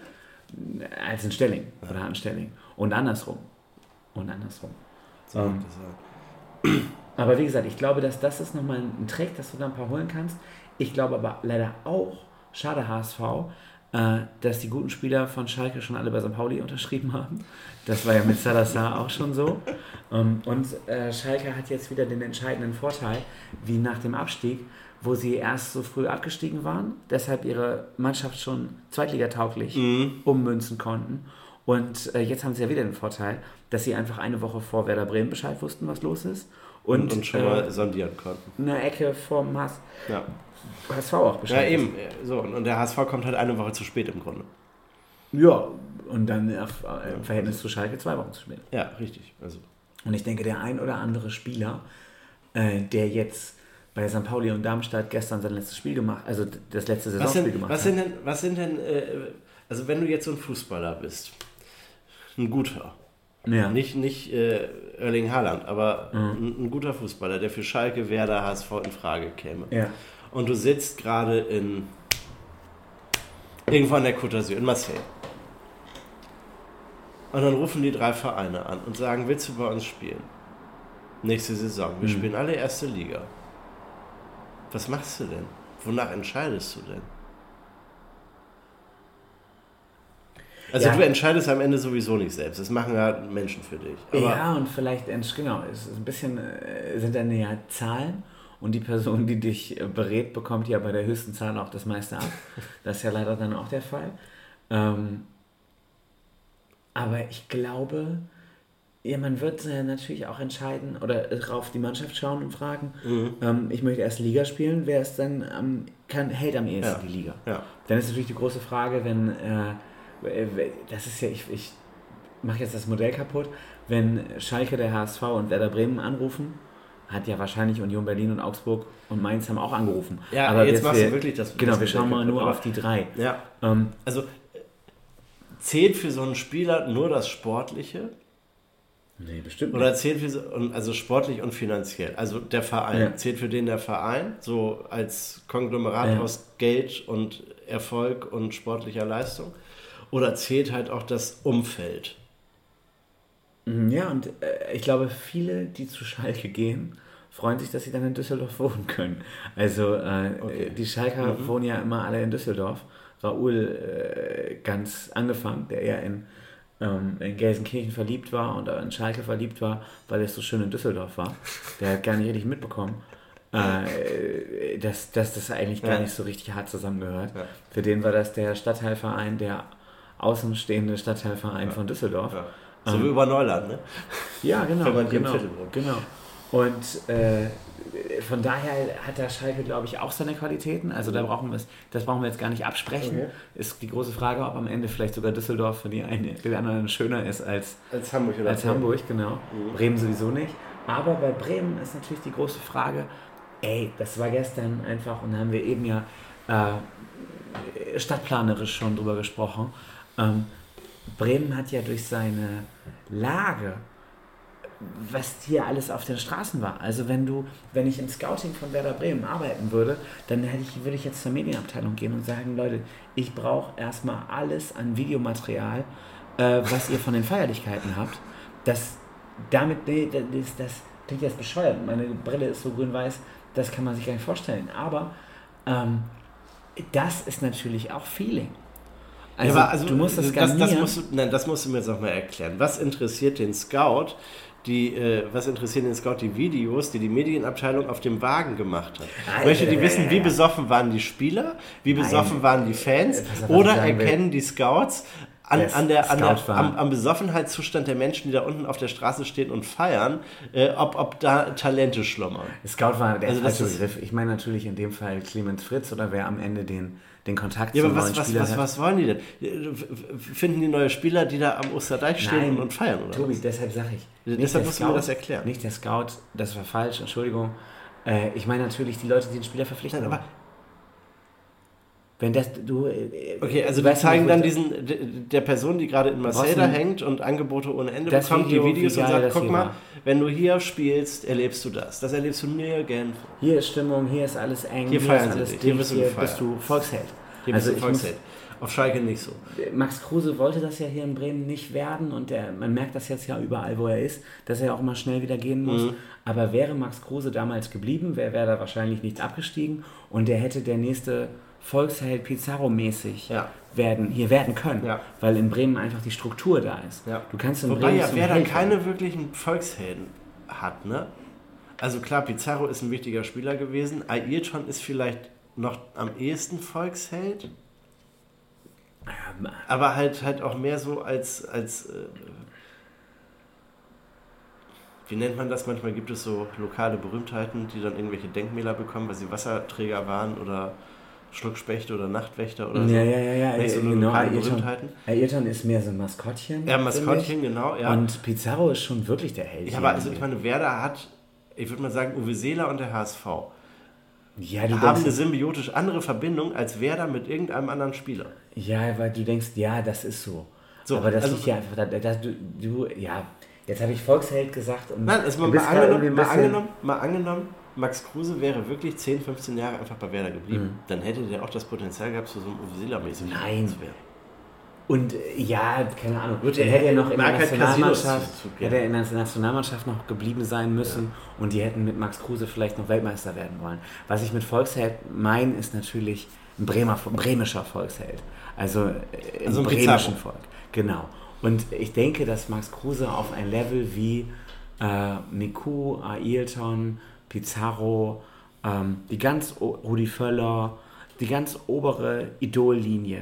als in Stelling oder an Stelling. Und andersrum. Und andersrum. So Ähm, das war- Aber wie gesagt, ich glaube, dass das ist nochmal ein Trick, dass du da ein paar holen kannst. Ich glaube aber leider auch, schade H S V, äh, dass die guten Spieler von Schalke schon alle bei Sankt Pauli unterschrieben haben. Das war ja mit Salazar auch schon so. Ähm, und äh, Schalke hat jetzt wieder den entscheidenden Vorteil, wie nach dem Abstieg, wo sie erst so früh abgestiegen waren, deshalb ihre Mannschaft schon zweitligatauglich Mhm. ummünzen konnten. Und äh, jetzt haben sie ja wieder den Vorteil, dass sie einfach eine Woche vor Werder Bremen Bescheid wussten, was los ist. Und, Und, und schon äh, mal sondieren konnten. eine Ecke vom H Ja, S V auch ja Bescheid eben. So, und der H S V kommt halt eine Woche zu spät im Grunde. wussten. Ja, und dann auf, äh, im Verhältnis zu Schalke zwei Wochen zu spät. Ja, richtig. Also, Und ich denke, der ein oder andere Spieler, äh, der jetzt bei Sankt Pauli und Darmstadt gestern sein letztes Spiel gemacht, also das letzte was Saisonspiel sind, gemacht was hat. sind denn, was sind denn äh, also wenn du jetzt so ein Fußballer bist, ein guter, Ja. nicht, nicht äh, Erling Haaland, aber Mhm. ein, ein guter Fußballer, der für Schalke, Werder, H S V in Frage käme. Ja. Und du sitzt gerade in irgendwo an der Côte d'Azur, in Marseille. Und dann rufen die drei Vereine an und sagen, willst du bei uns spielen? Nächste Saison. Wir Mhm. spielen alle erste Liga. Was machst du denn? Wonach entscheidest du denn? Also Ja. du entscheidest am Ende sowieso nicht selbst. Das machen ja Menschen für dich. Aber Ja, und vielleicht, ents- genau, es ist ein bisschen, äh, sind dann ja Zahlen und die Person, die dich berät, bekommt ja bei der höchsten Zahl auch das meiste ab. Das ist ja leider dann auch der Fall. Ähm, aber ich glaube, ja, man wird äh, natürlich auch entscheiden oder auf die Mannschaft schauen und fragen, mhm. ähm, ich möchte erst Liga spielen, wer ist dann ähm, kann, hält am ehesten ja. die Liga? Ja. Dann ist natürlich die große Frage, wenn, äh, das ist ja, ich, ich mache jetzt das Modell kaputt, wenn Schalke, der H S V und Werder Bremen anrufen, hat ja wahrscheinlich Union Berlin und Augsburg und Mainz haben auch angerufen. Ja, aber jetzt, jetzt machst wir, du wirklich das. Genau, das wir schauen mal nur aber, auf die drei. Ja. Ähm, also zählt für so einen Spieler nur das Sportliche? Nee, bestimmt nicht. Oder zählt für so, also sportlich und finanziell? Also der Verein, ja. zählt für den der Verein, so als Konglomerat ja. aus Geld und Erfolg und sportlicher Leistung? Oder zählt halt auch das Umfeld? Ja, und äh, ich glaube, viele, die zu Schalke gehen, freuen sich, dass sie dann in Düsseldorf wohnen können. Also äh, okay. die Schalker mhm. wohnen ja immer alle in Düsseldorf. Raoul äh, ganz angefangen, der ja in, ähm, in Gelsenkirchen verliebt war und in Schalke verliebt war, weil es so schön in Düsseldorf war. Der hat gar nicht richtig mitbekommen, äh, dass, dass das eigentlich gar ja. nicht so richtig hart zusammengehört. Ja. Für den war das der Stadtteilverein, der außenstehende Stadtteilverein ja. von Düsseldorf. Ja. So ähm, wie über Neuland, ne? Ja, genau. Wenn man genau, genau. Und äh, von daher hat der Schalke, glaube ich, auch seine Qualitäten. Also da brauchen wir das brauchen wir jetzt gar nicht absprechen. Okay. Ist die große Frage, ob am Ende vielleicht sogar Düsseldorf für die, eine, für die anderen schöner ist als, als Hamburg. Oder als Hamburg, genau. Mhm. Bremen sowieso nicht. Aber bei Bremen ist natürlich die große Frage, ey, das war gestern einfach, und da haben wir eben ja äh, stadtplanerisch schon drüber gesprochen. Ähm, Bremen hat ja durch seine Lage, was hier alles auf den Straßen war. Also wenn du, wenn ich im Scouting von Werder Bremen arbeiten würde, dann hätte ich, würde ich jetzt zur Medienabteilung gehen und sagen, Leute, ich brauche erstmal alles an Videomaterial, äh, was ihr von den Feierlichkeiten habt. Das, damit, das, das klingt jetzt bescheuert. Meine Brille ist so grün-weiß, das kann man sich gar nicht vorstellen. Aber ähm, das ist natürlich auch Feeling. Also, ja, aber also du musst das, das, das, musst du, nein, das musst du mir jetzt noch mal erklären. Was interessiert den Scout, die, äh, was interessieren den Scout die Videos, die die Medienabteilung auf dem Wagen gemacht hat? Ich möchte die wissen, wie besoffen waren die Spieler, wie besoffen nein. waren die Fans, oder erkennen will. die Scouts an, an der, an der, am, am Besoffenheitszustand der Menschen, die da unten auf der Straße stehen und feiern, äh, ob, ob da Talente schlummern. Scout war der also falsche Begriff. Ich meine natürlich in dem Fall Clemens Fritz oder wer am Ende den den Kontakt ja, zum aber was, neuen was, Spieler was, hat. was wollen die denn? Finden die neue Spieler, die da am Osterdeich stehen Nein, und feiern? Oder Tobi, was? deshalb sage ich. Deshalb musst du mir das erklären. Nicht der Scout, das war falsch, Entschuldigung. Äh, ich meine natürlich die Leute, die den Spieler verpflichten. Nein, aber wenn das, du... Äh, okay, also wir zeigen dann diesen, der Person, die gerade in Marseille da hängt und Angebote ohne Ende bekommt, Video, die Videos und sagt, guck mal, war. wenn du hier spielst, erlebst du das. Das erlebst du nirgendwo. Hier ist Stimmung, hier ist alles eng, hier, hier ist alles dicht, hier, bist du, hier bist du Volksheld. Hier also bist du Volksheld. Auf Schalke nicht so. Max Kruse wollte das ja hier in Bremen nicht werden und der, man merkt das jetzt ja überall, wo er ist, dass er auch immer schnell wieder gehen muss. Mhm. Aber wäre Max Kruse damals geblieben, wäre wär da wahrscheinlich nicht abgestiegen und der hätte der nächste Volksheld Pizarro-mäßig ja. werden, hier werden können, ja. weil in Bremen einfach die Struktur da ist. Ja. Du kannst in Wobei Bremen ja Werder keine wirklichen Volkshelden hat, ne? Also klar, Pizarro ist ein wichtiger Spieler gewesen, Ayrton ist vielleicht noch am ehesten Volksheld, aber halt, halt auch mehr so als, als äh, wie nennt man das? Manchmal gibt es so lokale Berühmtheiten, die dann irgendwelche Denkmäler bekommen, weil sie Wasserträger waren oder Schluckspechte oder Nachtwächter oder so. Ja, ja, ja, ja. Nicht so genau, Ayrton, Ayrton ist mehr so ein Maskottchen. Ja, Maskottchen, genau. Ja. Und Pizarro ist schon wirklich der Held. Ja, aber also ich meine, Werder hat, ich würde mal sagen, Uwe Seeler und der H S V ja, du haben denkst, eine symbiotisch andere Verbindung als Werder mit irgendeinem anderen Spieler. Ja, weil du denkst, ja, das ist so. so aber das also, liegt ja einfach, da, da, du, du, ja, jetzt habe ich Volksheld gesagt. Und nein, also mal, mal, angenommen, mal, angenommen, mal angenommen, Max Kruse wäre wirklich zehn, fünfzehn Jahre einfach bei Werder geblieben. Mhm. Dann hätte der auch das Potenzial gehabt, zu so einem Uwe Seeler-mäßigen Nein. zu werden. Und ja, keine Ahnung, er hätte ja noch in der Nationalmannschaft, hätte er in der Nationalmannschaft noch geblieben sein müssen ja. und die hätten mit Max Kruse vielleicht noch Weltmeister werden wollen. Was ich mit Volksheld meine, ist natürlich ein Bremer, bremischer Volksheld. Also, äh, also im bremischen Volk. Genau. Und ich denke, dass Max Kruse auf ein Level wie äh, Miku, Ayrton, Pizarro, ähm, die ganz o- Rudi Völler, die ganz obere Idollinie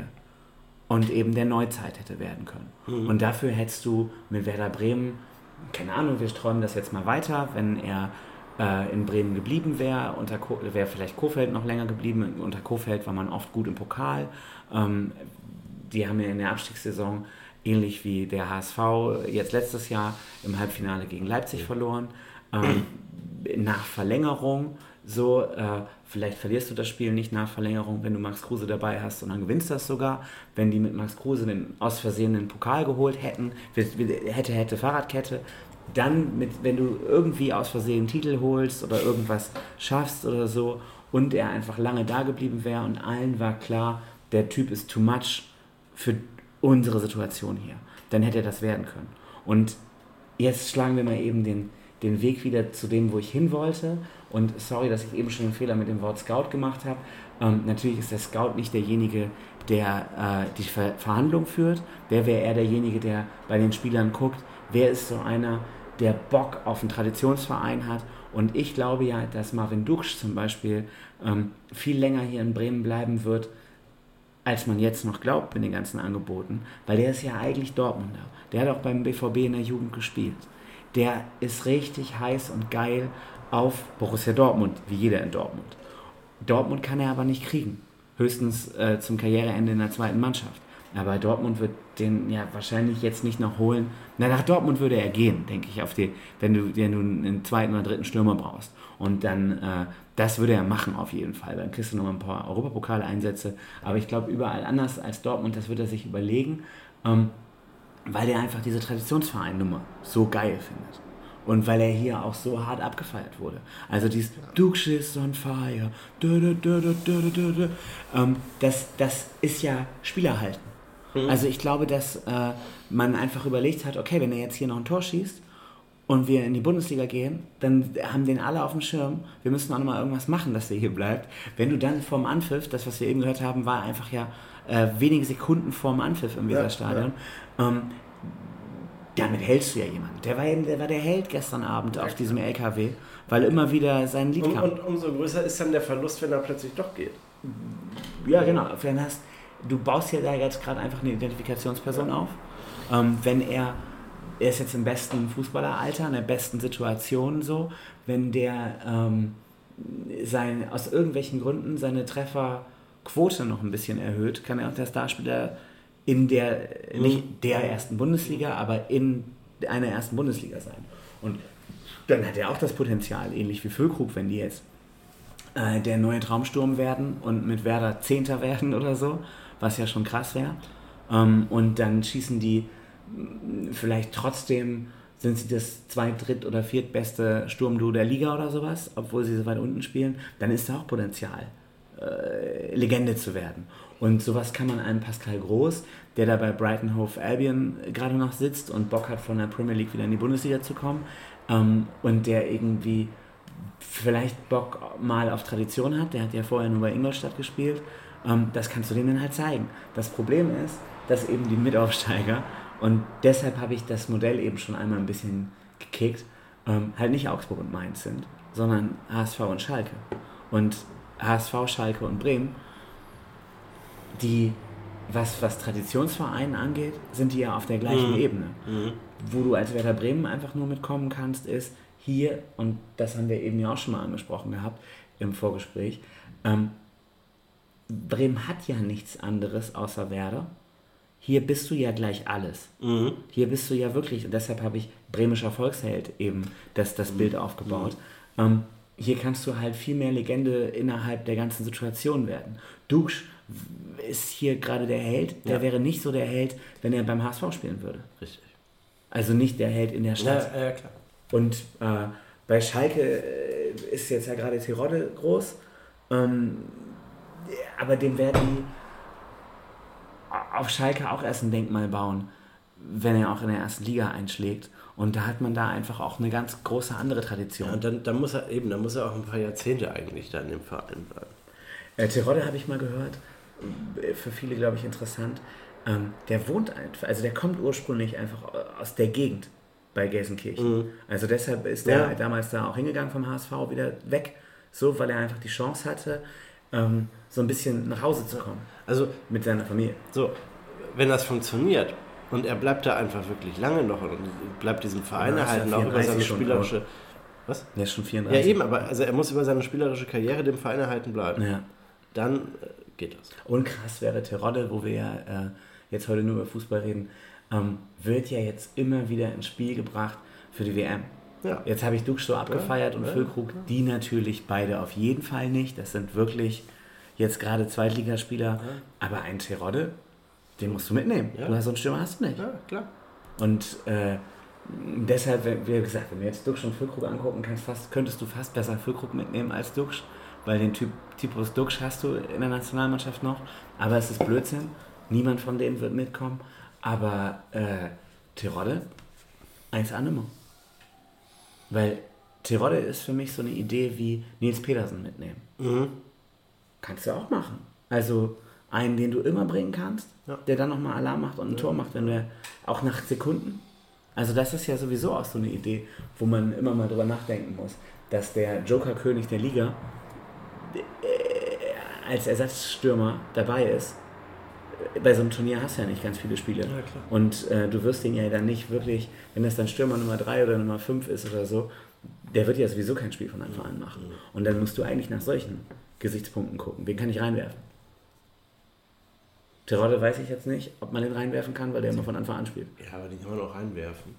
und eben der Neuzeit hätte werden können. Mhm. Und dafür hättest du mit Werder Bremen, keine Ahnung, wir träumen das jetzt mal weiter, wenn er äh, in Bremen geblieben wäre, unter Ko- wäre vielleicht Kohfeldt noch länger geblieben, unter Kohfeldt war man oft gut im Pokal, ähm, die haben ja in der Abstiegssaison ähnlich wie der H S V jetzt letztes Jahr im Halbfinale gegen Leipzig verloren, ähm, nach Verlängerung. So, äh, vielleicht verlierst du das Spiel nicht nach Verlängerung, wenn du Max Kruse dabei hast, sondern gewinnst das sogar. Wenn die mit Max Kruse den aus Versehen den Pokal geholt hätten, hätte, hätte Fahrradkette, dann, mit, wenn du irgendwie aus Versehen einen Titel holst oder irgendwas schaffst oder so und er einfach lange da geblieben wäre und allen war klar, der Typ ist too much für unsere Situation hier, dann hätte er das werden können. Und jetzt schlagen wir mal eben den, den Weg wieder zu dem, wo ich hin wollte. Und sorry, dass ich eben schon einen Fehler mit dem Wort Scout gemacht habe. Ähm, natürlich ist der Scout nicht derjenige, der äh, die Ver- Verhandlung führt. Wer wäre eher derjenige, der bei den Spielern guckt? Wer ist so einer, der Bock auf einen Traditionsverein hat? Und ich glaube ja, dass Marvin Duksch zum Beispiel ähm, viel länger hier in Bremen bleiben wird, als man jetzt noch glaubt mit den ganzen Angeboten. Weil der ist ja eigentlich Dortmunder. Der hat auch beim B V B in der Jugend gespielt. Der ist richtig heiß und geil auf Borussia Dortmund, wie jeder in Dortmund. Dortmund kann er aber nicht kriegen. Höchstens äh, zum Karriereende in der zweiten Mannschaft. Aber Dortmund wird den ja wahrscheinlich jetzt nicht noch holen. Na, nach Dortmund würde er gehen, denke ich, auf die, wenn du, wenn du einen zweiten oder dritten Stürmer brauchst. Und dann, äh, das würde er machen auf jeden Fall. Dann kriegst du noch ein paar Europapokal-Einsätze. Aber ich glaube, überall anders als Dortmund, das wird er sich überlegen, ähm, weil er einfach diese Traditionsvereinnummer so geil findet. Und weil er hier auch so hart abgefeiert wurde. Also dieses Duksch is on fire, dö, dö, dö, dö, dö, dö, dö. Ähm, das, das ist ja Spielerhalten. Mhm. Also ich glaube, dass äh, man einfach überlegt hat, okay, wenn er jetzt hier noch ein Tor schießt und wir in die Bundesliga gehen, dann haben den alle auf dem Schirm, wir müssen auch nochmal irgendwas machen, dass der hier bleibt. Wenn du dann vorm Anpfiff, das was wir eben gehört haben, war einfach ja äh, wenige Sekunden vorm Anpfiff im Weserstadion, ja, ähm, damit hältst du ja jemanden. Der war, der war der Held gestern Abend ja, auf klar. diesem L K W, weil immer wieder sein Lied und, kam. Und umso größer ist dann der Verlust, wenn er plötzlich doch geht. Ja, genau. Dann hast, du baust ja da jetzt gerade einfach eine Identifikationsperson ja. auf. Ähm, wenn er, er ist jetzt im besten Fußballeralter, in der besten Situation so, wenn der ähm, sein, aus irgendwelchen Gründen seine Trefferquote noch ein bisschen erhöht, kann er auch der Starspieler in der, nicht der ersten Bundesliga, aber in einer ersten Bundesliga sein. Und dann hat er auch das Potenzial, ähnlich wie Füllkrug, wenn die jetzt äh, der neue Traumsturm werden und mit Werder Zehnter werden oder so, was ja schon krass wäre. Ähm, und dann schießen die vielleicht trotzdem, sind sie das zweit-, dritt- oder viertbeste Sturmduo der Liga oder sowas, obwohl sie so weit unten spielen, dann ist da auch Potenzial, äh, Legende zu werden. Und sowas kann man einem Pascal Groß, der da bei Brighton Hove Albion gerade noch sitzt und Bock hat, von der Premier League wieder in die Bundesliga zu kommen, ähm, und der irgendwie vielleicht Bock mal auf Tradition hat, der hat ja vorher nur bei Ingolstadt gespielt, ähm, das kannst du denen dann halt zeigen. Das Problem ist, dass eben die Mitaufsteiger, und deshalb habe ich das Modell eben schon einmal ein bisschen gekickt, ähm, halt nicht Augsburg und Mainz sind, sondern H S V und Schalke. Und H S V, Schalke und Bremen, die, was, was Traditionsvereinen angeht, sind die ja auf der gleichen mhm. Ebene. Mhm. Wo du als Werder Bremen einfach nur mitkommen kannst, ist hier, und das haben wir eben ja auch schon mal angesprochen gehabt im Vorgespräch, ähm, Bremen hat ja nichts anderes außer Werder. Hier bist du ja gleich alles. Mhm. Hier bist du ja wirklich, und deshalb habe ich bremischer Volksheld eben das, das mhm. Bild aufgebaut. Mhm. Ähm, hier kannst du halt viel mehr Legende innerhalb der ganzen Situation werden. Duksch ist hier gerade der Held, der ja. wäre nicht so der Held, wenn er beim H S V spielen würde. Richtig. Also nicht der Held in der Stadt. Ja, ja klar. Und äh, bei Schalke äh, ist jetzt ja gerade Terodde groß, ähm, aber dem werden die auf Schalke auch erst ein Denkmal bauen, wenn er auch in der ersten Liga einschlägt. Und da hat man da einfach auch eine ganz große andere Tradition. Ja, und dann, dann muss er eben, dann muss er auch ein paar Jahrzehnte eigentlich da in dem Verein bleiben. Äh, Terodde habe ich mal gehört, für viele, glaube ich, interessant. Ähm, der wohnt einfach, also der kommt ursprünglich einfach aus der Gegend bei Gelsenkirchen. Mhm. Also deshalb ist der ja. damals da auch hingegangen vom H S V, wieder weg. so, weil er einfach die Chance hatte, ähm, so ein bisschen nach Hause zu kommen. Also mit seiner Familie. So, wenn das funktioniert und er bleibt da einfach wirklich lange noch und bleibt diesem Verein Ja, erhalten, ist ja auch über seine schon, spielerische... Was? Der ist schon Ja, vierunddreißig. eben, aber also er muss über seine spielerische Karriere dem Verein erhalten bleiben. Ja. Dann äh, geht das. Und krass wäre Terodde, wo wir ja äh, jetzt heute nur über Fußball reden, ähm, wird ja jetzt immer wieder ins Spiel gebracht für die W M. Ja. Jetzt habe ich Duxch so abgefeiert Ja, und ja, Füllkrug, ja. die natürlich beide auf jeden Fall nicht. Das sind wirklich jetzt gerade Zweitligaspieler. Ja. Aber ein Terodde, den musst du mitnehmen. Ja. Du hast so einen Stürmer, hast du nicht. Ja, klar. Und äh, deshalb, wie gesagt, wenn wir jetzt Duxch und Füllkrug angucken, kannst fast, könntest du fast besser Füllkrug mitnehmen als Duxch, weil den Typ, Typus Duxch hast du in der Nationalmannschaft noch. Aber es ist Blödsinn. Niemand von denen wird mitkommen. Aber äh, Terodde, eins a nimmer. Weil Terodde ist für mich so eine Idee wie Nils Pedersen mitnehmen. Mhm. Kannst du auch machen. Also einen, den du immer bringen kannst, Ja. der dann nochmal Alarm macht und ein Ja. Tor macht, wenn du auch nach Sekunden. Also das ist ja sowieso auch so eine Idee, wo man immer mal drüber nachdenken muss, dass der Joker-König der Liga äh, als Ersatzstürmer dabei ist. Bei so einem Turnier hast du ja nicht ganz viele Spiele. Ja, klar. Und äh, du wirst den ja dann nicht wirklich, wenn das dann Stürmer Nummer drei oder Nummer fünf ist oder so, der wird ja sowieso kein Spiel von Anfang an machen. Und dann musst du eigentlich nach solchen Gesichtspunkten gucken. Wen kann ich reinwerfen? Terodde weiß ich jetzt nicht, ob man den reinwerfen kann, weil der immer von Anfang an spielt. Ja, aber den kann man auch reinwerfen.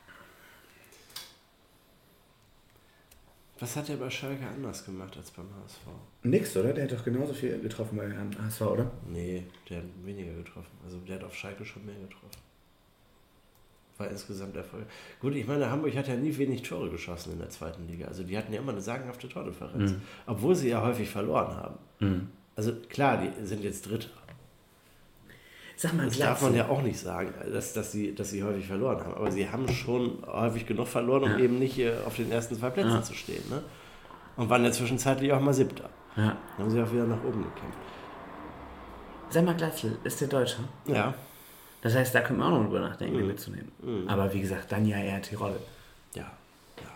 Was hat er bei Schalke anders gemacht als beim H S V? Nix, oder? Der hat doch genauso viel getroffen bei H S V, oder? Nee, der hat weniger getroffen. Also der hat auf Schalke schon mehr getroffen. War insgesamt Erfolg. Gut, ich meine, Hamburg hat ja nie wenig Tore geschossen in der zweiten Liga. Also die hatten ja immer eine sagenhafte Tordifferenz. Mhm. Obwohl sie ja häufig verloren haben. Mhm. Also klar, die sind jetzt Dritter. Sag mal, Das darf man ja auch nicht sagen, dass, dass, sie, dass sie häufig verloren haben. Aber sie haben schon häufig genug verloren, um Ja. eben nicht äh, auf den ersten zwei Plätzen Ja. zu stehen. Ne? Und waren ja zwischenzeitlich auch mal Siebter. Ja. Dann haben sie auch wieder nach oben gekämpft. Sag mal, Glatzel, ist der Deutscher? Ja. Das heißt, da können wir auch noch drüber nachdenken, den Mhm. mitzunehmen. Mhm. Aber wie gesagt, dann ja eher Terodde. Ja, ja.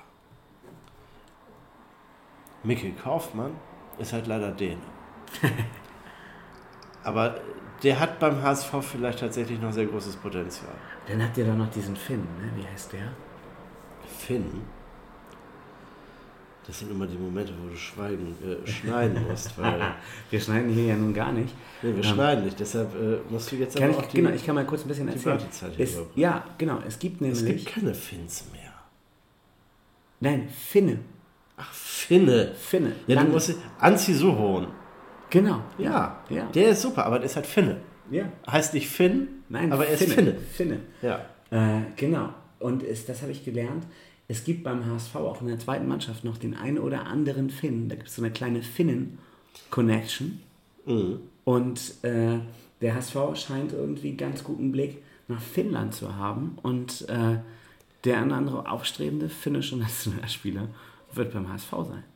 Mikkel Kaufmann ist halt leider Däne. Aber der hat beim H S V vielleicht tatsächlich noch sehr großes Potenzial. Dann habt ihr doch noch diesen Finn, ne? Wie heißt der? Finn, das sind immer die Momente, wo du schweigen, äh, schneiden musst. Weil, Wir schneiden hier ja nun gar nicht. nee, wir Ähm, schneiden nicht, deshalb äh, musst du jetzt Kann aber auch ich, die... genau, ich kann mal kurz ein bisschen die erzählen. Wartezeit hier Es, überbrücken. ja, genau. Es gibt es nämlich... gibt keine Finns mehr. Nein, Finne. Ach, Finne. Finne. Ja, du Lange- musst... Anzi Suhohn. Genau. Ja, Ja. der ist super, aber der ist halt Finne. Ja. Heißt nicht Finn, Nein, aber er ist Finne. Finne. Finne. Ja. Äh, genau. Und es, das habe ich gelernt. Es gibt beim H S V auch in der zweiten Mannschaft noch den einen oder anderen Finn. Da gibt es so eine kleine Finnen-Connection. Mhm. Und äh, der H S V scheint irgendwie ganz guten Blick nach Finnland zu haben. Und äh, der eine oder andere aufstrebende finnische Nationalspieler wird beim H S V sein.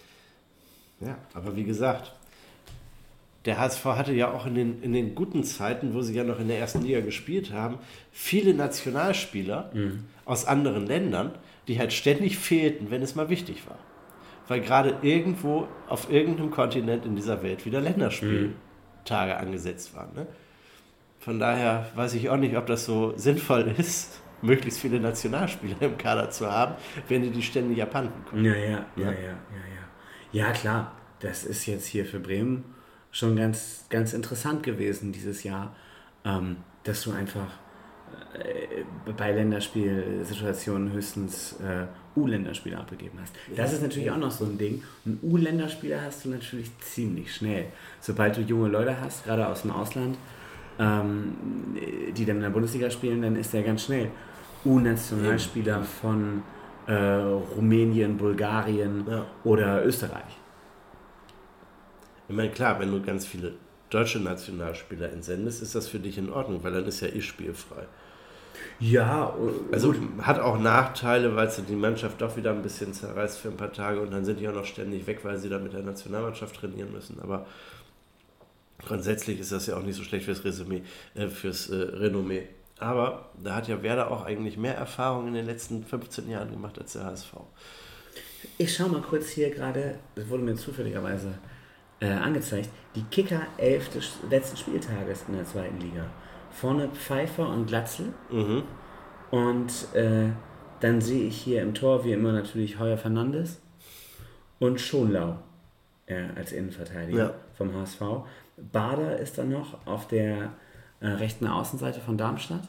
Ja, aber wie gesagt, der H S V hatte ja auch in den, in den guten Zeiten, wo sie ja noch in der ersten Liga gespielt haben, viele Nationalspieler Mhm. aus anderen Ländern, die halt ständig fehlten, wenn es mal wichtig war. Weil gerade irgendwo auf irgendeinem Kontinent in dieser Welt wieder Länderspieltage angesetzt waren. Ne? Von daher weiß ich auch nicht, ob das so sinnvoll ist, möglichst viele Nationalspieler im Kader zu haben, wenn die die ständig abhanden kommen. Ja, ja, ja, ja, ja, ja. Ja, klar, das ist jetzt hier für Bremen schon ganz, ganz interessant gewesen dieses Jahr, ähm, dass du einfach äh, bei Länderspielsituationen höchstens äh, U-Länderspieler abgegeben hast. Das ist natürlich auch noch so ein Ding. Ein U-Länderspieler hast du natürlich ziemlich schnell. Sobald du junge Leute hast, gerade aus dem Ausland, ähm, die dann in der Bundesliga spielen, dann ist der ganz schnell U-Nationalspieler von äh, Rumänien, Bulgarien Ja. oder Österreich. Ich meine, klar, wenn du ganz viele deutsche Nationalspieler entsendest, ist das für dich in Ordnung, weil dann ist ja eh spielfrei. Ja, Also hat auch Nachteile, weil es die Mannschaft doch wieder ein bisschen zerreißt für ein paar Tage und dann sind die auch noch ständig weg, weil sie dann mit der Nationalmannschaft trainieren müssen. Aber grundsätzlich ist das ja auch nicht so schlecht fürs Resümee, äh, fürs äh, Renommee. Aber da hat ja Werder auch eigentlich mehr Erfahrung in den letzten fünfzehn Jahren gemacht als der H S V. Ich schaue mal kurz hier gerade, das wurde mir zufälligerweise äh, angezeigt, die Kicker elf des letzten Spieltages in der zweiten Liga. Vorne Pfeiffer und Glatzel. Mhm. Und äh, dann sehe ich hier im Tor wie immer natürlich Heuer Fernandes und Schonlau äh, als Innenverteidiger Ja. vom H S V. Bader ist dann noch auf der äh, rechten Außenseite von Darmstadt.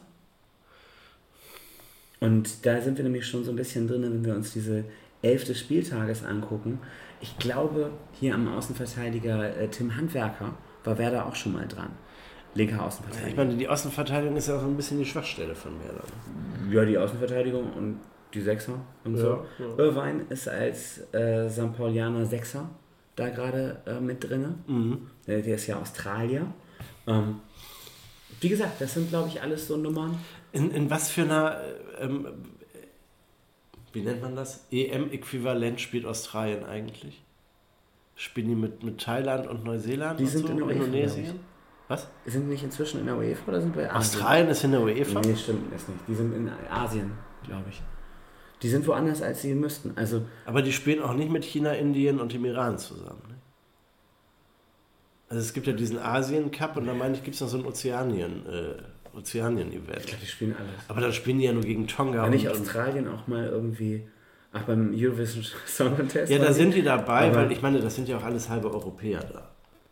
Und da sind wir nämlich schon so ein bisschen drin, wenn wir uns diese elf des Spieltages angucken. Ich glaube, hier am Außenverteidiger äh, Tim Handwerker war Werder auch schon mal dran. Linker Außenverteidiger. Ich meine, die Außenverteidigung ist ja auch so ein bisschen die Schwachstelle von Werder. Ja, die Außenverteidigung und die Sechser und so. Ja, ja. Irvine ist als äh, Sankt Paulianer Sechser da gerade äh, mit drin. Mhm. Der, der ist ja Australier. Ähm, wie gesagt, das sind, glaube ich, alles so Nummern. In, in was für einer, ähm, wie nennt man das? E M-Äquivalent spielt Australien eigentlich? Spielen die mit, mit Thailand und Neuseeland Die und sind so? in der UEFA, glaub Indonesien? Was? Sind die nicht inzwischen in der UEFA oder sind wir Asien? Australien ist in der UEFA? Nee, stimmt das nicht. Die sind in Asien, glaube ich. Die sind woanders, als sie müssten. Also, Aber die spielen auch nicht mit China, Indien und dem Iran zusammen. Ne? Also es gibt ja diesen Asien-Cup und da meine ich, gibt es noch so ein Ozeanien, äh, Ozeanien-Event. ich glaube, die spielen alles. Aber dann spielen die ja nur gegen Tonga. War nicht und, Australien auch mal irgendwie... Ach, beim Eurovision Song Contest? Ja, da waren sind die dabei, Aber- weil ich meine, das sind ja auch alles halbe Europäer da.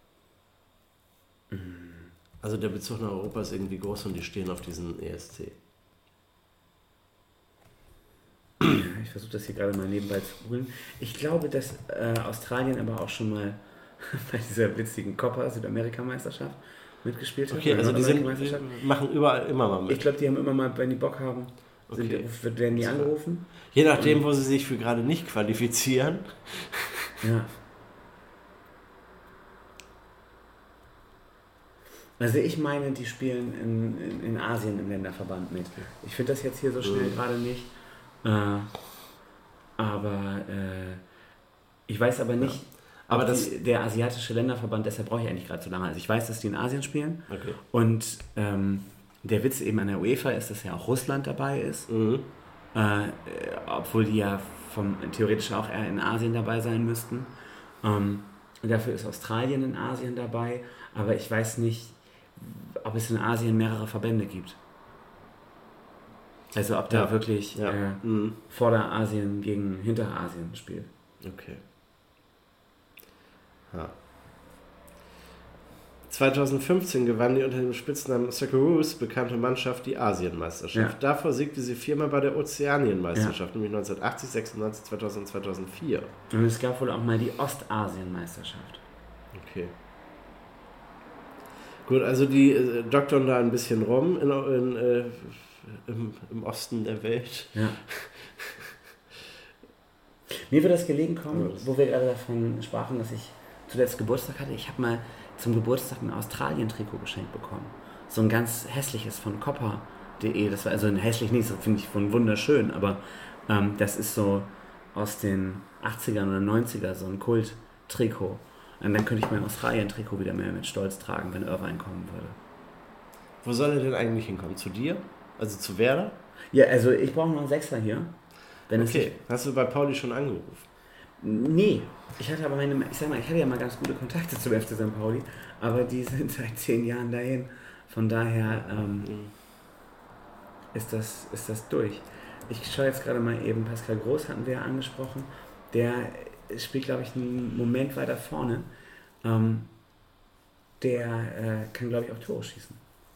Also der Bezug nach Europa ist irgendwie groß und die stehen auf diesen E S C. Ich versuche das hier gerade mal nebenbei zu googeln. Ich glaube, dass äh, Australien aber auch schon mal bei dieser witzigen Copa Südamerika-Meisterschaft mitgespielt hat. Okay, Oder also die, sind, Nordamerika-Meisterschaft. die machen überall immer mal Ich mit. glaube, die haben immer mal, wenn die Bock haben, sind, Okay. wird- werden die angerufen. Je nachdem, wo sie sich für gerade nicht qualifizieren. Ja. Also ich meine, die spielen in, in, in Asien im Länderverband mit. Ich finde das jetzt hier so schnell Mhm. gerade nicht. Äh, aber äh, ich weiß aber nicht, Aber ob das- die, der asiatische Länderverband, deshalb brauche ich eigentlich gerade so lange. Also ich weiß, dass die in Asien spielen. Okay. Und ähm, der Witz eben an der UEFA ist, dass ja auch Russland dabei ist. Mhm. Äh, äh, obwohl die ja vom, theoretisch auch eher in Asien dabei sein müssten. Ähm, und dafür ist Australien in Asien dabei, aber ich weiß nicht, ob es in Asien mehrere Verbände gibt. Also ob da Ja. wirklich Ja. äh, Mhm. Vorderasien gegen Hinterasien spielt. Okay. Ja. zweitausendfünfzehn gewann die unter dem Spitznamen Socceroos bekannte Mannschaft die Asienmeisterschaft. Ja. Davor siegte sie viermal bei der Ozeanienmeisterschaft, nämlich neunzehnhundertachtzig, sechsundneunzig, zweitausend und zweitausendvier. Und es gab wohl auch mal die Ostasienmeisterschaft. Okay. Gut, also die äh, doktern da ein bisschen rum in, in, äh, im, im Osten der Welt. Ja. Mir wird das gelegen kommen, Ja. wo wir gerade davon sprachen, dass ich zuletzt Geburtstag hatte. Ich habe mal zum Geburtstag ein Australien-Trikot geschenkt bekommen. So ein ganz hässliches von copper punkt de. Das war also ein hässlich nicht, so finde ich von wunderschön, aber ähm, das ist so aus den achtzigern oder neunzigern so ein Kult-Trikot. Und dann könnte ich mein Australien-Trikot wieder mehr mit Stolz tragen, wenn Irvine kommen würde. Wo soll er denn eigentlich hinkommen? Zu dir? Also zu Werder? Ja, also ich brauche noch einen Sechser hier. Wenn es Okay, hast du bei Pauli schon angerufen? Nee, ich hatte aber meine, ich sag mal, ich hatte ja mal ganz gute Kontakte zum F C Sankt Pauli, aber die sind seit zehn Jahren dahin. Von daher ähm, ist, das, ist das durch. Ich schaue jetzt gerade mal eben, Pascal Groß hatten wir ja angesprochen, der spielt, glaube ich, einen Moment weiter vorne. Ähm, der äh, kann, glaube ich, auch Tore schießen.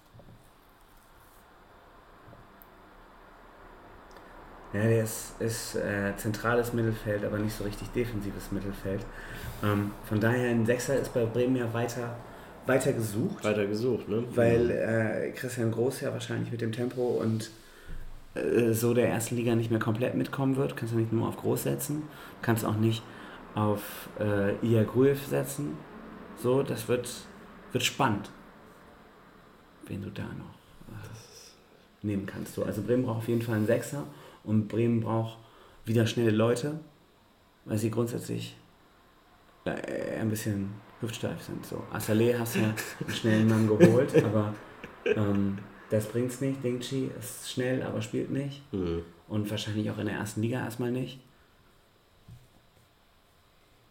Ja, der ist, ist äh, zentrales Mittelfeld, aber nicht so richtig defensives Mittelfeld. Ähm, von daher ein Sechser ist bei Bremen ja weiter, weiter gesucht, Weiter gesucht, ne? weil äh, Christian Groß ja wahrscheinlich mit dem Tempo und äh, so der ersten Liga nicht mehr komplett mitkommen wird. Kannst du nicht nur auf Groß setzen, kannst auch nicht auf äh, Ia Gruev setzen. So, das wird, wird spannend, wen du da noch äh, nehmen kannst. So, also Bremen braucht auf jeden Fall einen Sechser. Und Bremen braucht wieder schnelle Leute, weil sie grundsätzlich äh, ein bisschen hüftsteif sind. So, Assalé hast ja einen schnellen Mann geholt, aber ähm, das bringt's nicht. Dingchi ist schnell, aber spielt nicht. Mhm. Und wahrscheinlich auch in der ersten Liga erstmal nicht.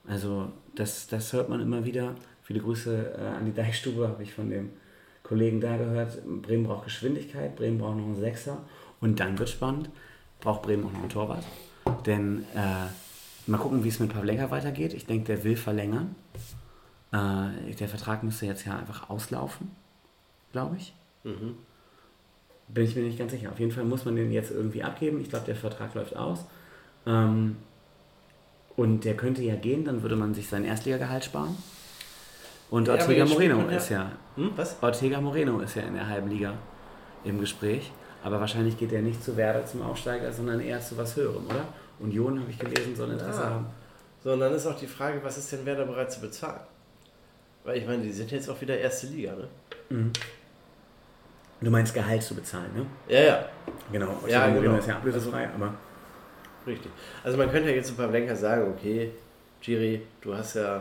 Also das, das hört man immer wieder. Viele Grüße äh, an die Deichstube, habe ich von dem Kollegen da gehört. Bremen braucht Geschwindigkeit, Bremen braucht noch einen Sechser. Und dann wird spannend, braucht Bremen auch noch einen Torwart. Denn äh, mal gucken, wie es mit Pavlenka weitergeht. Ich denke, der will verlängern. Äh, der Vertrag müsste jetzt ja einfach auslaufen, glaube ich. Mhm. Bin ich mir nicht ganz sicher. Auf jeden Fall muss man den jetzt irgendwie abgeben. Ich glaube, der Vertrag läuft aus. Ähm, und der könnte ja gehen, dann würde man sich sein Erstligagehalt sparen. Und Ja, aber Ortega jetzt Moreno spielt man ja- ist ja... Hm, was? Ortega Moreno ist ja in der halben Liga im Gespräch. Aber wahrscheinlich geht er nicht zu Werder zum Aufsteiger, sondern eher zu was Höherem, oder? Union, habe ich gelesen, soll Interesse Ah. haben. So, und dann ist auch die Frage, was ist denn Werder bereit zu bezahlen? Weil ich meine, die sind jetzt auch wieder erste Liga, ne? Mhm. Du meinst Gehalt zu bezahlen, ne? Ja, ja, Genau. Ortega Ja, Moreno genau. ist ja ablösefrei, aber... richtig. Also man könnte ja jetzt ein paar Pavlenka sagen, okay, Giri, du hast ja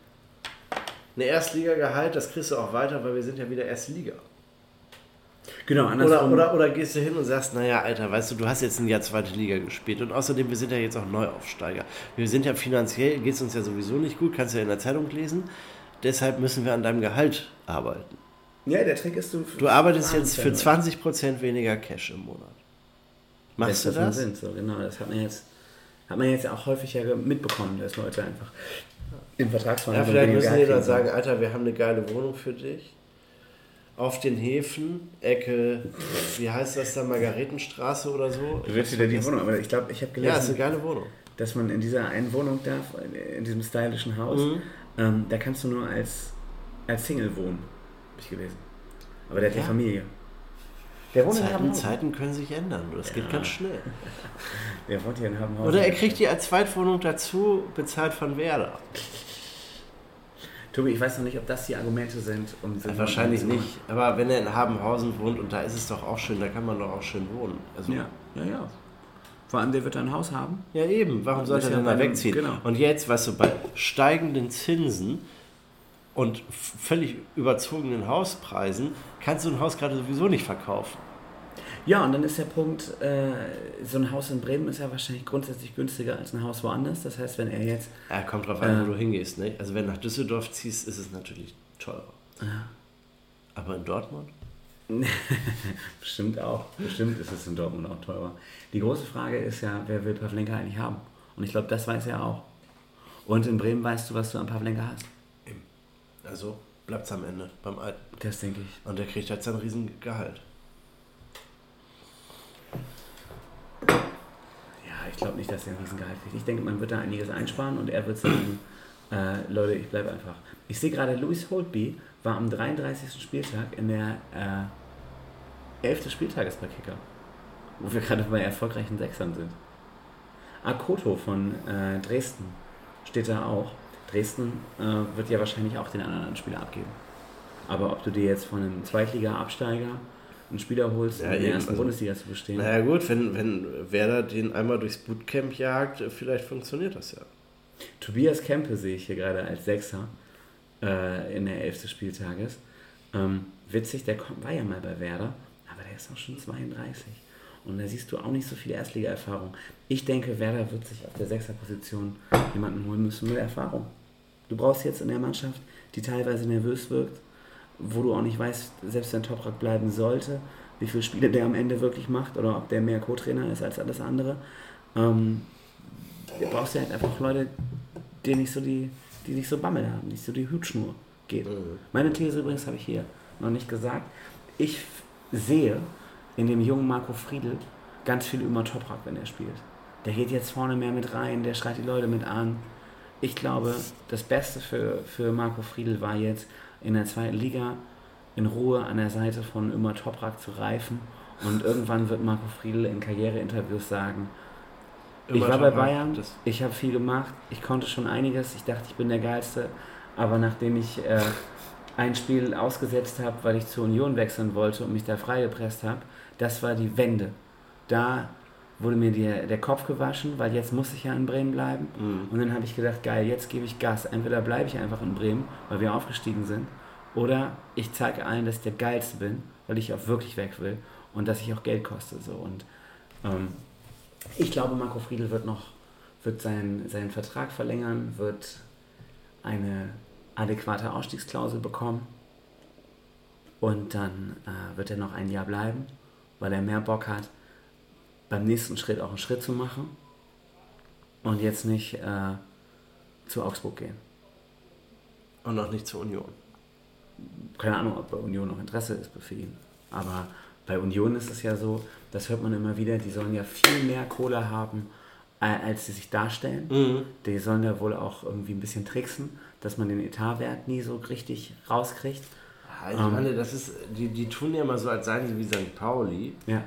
eine Erstliga-Gehalt, das kriegst du auch weiter, weil wir sind ja wieder erste Liga. Genau, Oder, andersrum. oder, oder gehst du hin und sagst, naja, Alter, weißt du, du hast jetzt ein Jahr zweite Liga gespielt und außerdem, wir sind ja jetzt auch Neuaufsteiger. Wir sind ja finanziell, geht es uns ja sowieso nicht gut, kannst du ja in der Zeitung lesen, deshalb müssen wir an deinem Gehalt arbeiten. Ja, der Trick ist, du... Du arbeitest jetzt für zwanzig Prozent weniger Cash im Monat. Machst du das? Sind, so, genau, das hat man jetzt... Hat man jetzt auch häufig ja mitbekommen, dass Leute einfach im Ja, Vertragsverhandlungen vielleicht weniger müssen die Gehalt dann kriegen. sagen, Alter, wir haben eine geile Wohnung für dich. Auf den Häfen, Ecke, wie heißt das da, Margaretenstraße oder so? Du willst wieder die Wohnung, aber ich glaube, ich habe Ja, ist gelesen, eine geile Wohnung. dass man in dieser einen Wohnung darf, in diesem stylischen Haus, Mhm. ähm, da kannst du nur als, als Single wohnen, habe ich gelesen. Aber der hat ja Ja. Familie. Der wohnt in Zeiten, Habenhausen. Zeiten können sich ändern, das geht ganz schnell. Der wohnt hier in Habenhausen. Oder er kriegt die als Zweitwohnung dazu, bezahlt von Werder. Tobi, ich weiß noch nicht, ob das die Argumente sind, um so Ja, wahrscheinlich jemanden zu nicht. Aber wenn er in Habenhausen wohnt und da ist es doch auch schön, da kann man doch auch schön wohnen. Also, machen. Ja, ja, ja. Vor allem, der wird ein Haus haben. ja eben, warum Das sollte ist er ja denn da bei einem- wegziehen? genau. Und jetzt, weißt du, bei steigenden Zinsen und f- völlig überzogenen Hauspreisen kannst du ein Haus gerade sowieso nicht verkaufen. Ja, und dann ist der Punkt, äh, so ein Haus in Bremen ist ja wahrscheinlich grundsätzlich günstiger als ein Haus woanders. Das heißt, wenn er jetzt... Ja, kommt drauf an, Äh. wo du hingehst. Ne? Also wenn du nach Düsseldorf ziehst, ist es natürlich teurer. Ja. Aber in Dortmund? Bestimmt auch. Bestimmt ist es in Dortmund auch teurer. Die große Frage ist ja, wer will Pavlenka eigentlich haben? Und ich glaube, das weiß er auch. Und in Bremen weißt du, was du an Pavlenka hast. Also bleibt es am Ende beim Alten. Das denke ich. Und der kriegt jetzt ein Riesengehalt. Ja, ich glaube nicht, dass er ein Riesengehalt kriegt. Ich denke, man wird da einiges einsparen und er wird sagen, äh, Leute, ich bleibe einfach. Ich sehe gerade, Louis Holtby war am dreiunddreißigsten Spieltag in der äh, elften Spieltages bei Kicker. Wo wir gerade bei erfolgreichen Sechsern sind. Akoto von äh, Dresden steht da auch. Dresden äh, wird ja wahrscheinlich auch den anderen Spieler abgeben. Aber ob du dir jetzt von einem Zweitliga-Absteiger einen Spieler holst, Ja, um in der eben, ersten also- Bundesliga zu bestehen. Naja gut, wenn, wenn Werder den einmal durchs Bootcamp jagt, vielleicht funktioniert das ja. Tobias Kempe sehe ich hier gerade als Sechser äh, in der elften Spieltages. Ähm, witzig, der kommt, war ja mal bei Werder, aber der ist auch schon zweiunddreißig. Und da siehst du auch nicht so viel Erstliga-Erfahrung. Ich denke, Werder wird sich auf der Sechser-Position jemanden holen müssen mit Erfahrung. Du brauchst jetzt in der Mannschaft, die teilweise nervös wirkt, wo du auch nicht weißt, selbst wenn Toprak bleiben sollte, wie viele Spiele der am Ende wirklich macht oder ob der mehr Co-Trainer ist als alles andere. Ähm, du brauchst ja halt einfach Leute, die nicht so die, die nicht so Bammel haben, nicht so die Hutschnur geht. Mhm. Meine These übrigens habe ich hier noch nicht gesagt. Ich f- sehe in dem jungen Marco Friedl ganz viel über Toprak, wenn er spielt. Der geht jetzt vorne mehr mit rein, der schreit die Leute mit an. Ich glaube, das Beste für, für Marco Friedl war jetzt in der zweiten Liga in Ruhe an der Seite von Ömer Toprak zu reifen und irgendwann wird Marco Friedl in Karriereinterviews sagen, ich war bei Bayern, Das, ich habe viel gemacht, ich konnte schon einiges, ich dachte, ich bin der Geilste, aber nachdem ich äh, ein Spiel ausgesetzt habe, weil ich zur Union wechseln wollte und mich da freigepresst habe, das war die Wende. Da wurde mir die, der Kopf gewaschen, weil jetzt muss ich ja in Bremen bleiben. Mhm. Und dann habe ich gedacht, geil, jetzt gebe ich Gas. Entweder bleibe ich einfach in Bremen, weil wir aufgestiegen sind, oder ich zeige allen, dass ich der Geilste bin, weil ich auch wirklich weg will und dass ich auch Geld koste. So. Und ähm, ich glaube, Marco Friedl wird noch wird seinen, seinen Vertrag verlängern, wird eine adäquate Ausstiegsklausel bekommen und dann äh, wird er noch ein Jahr bleiben, weil er mehr Bock hat, beim nächsten Schritt auch einen Schritt zu machen und jetzt nicht äh, zu Augsburg gehen. Und noch nicht zur Union. Keine Ahnung, ob bei Union noch Interesse ist für ihn. Aber bei Union ist es ja so, das hört man immer wieder, die sollen ja viel mehr Kohle haben, äh, als sie sich darstellen. Mhm. Die sollen ja wohl auch irgendwie ein bisschen tricksen, dass man den Etatwert nie so richtig rauskriegt. Ich um, meine, das ist, die, die tun ja immer so, als seien sie wie Sankt Pauli. Ja.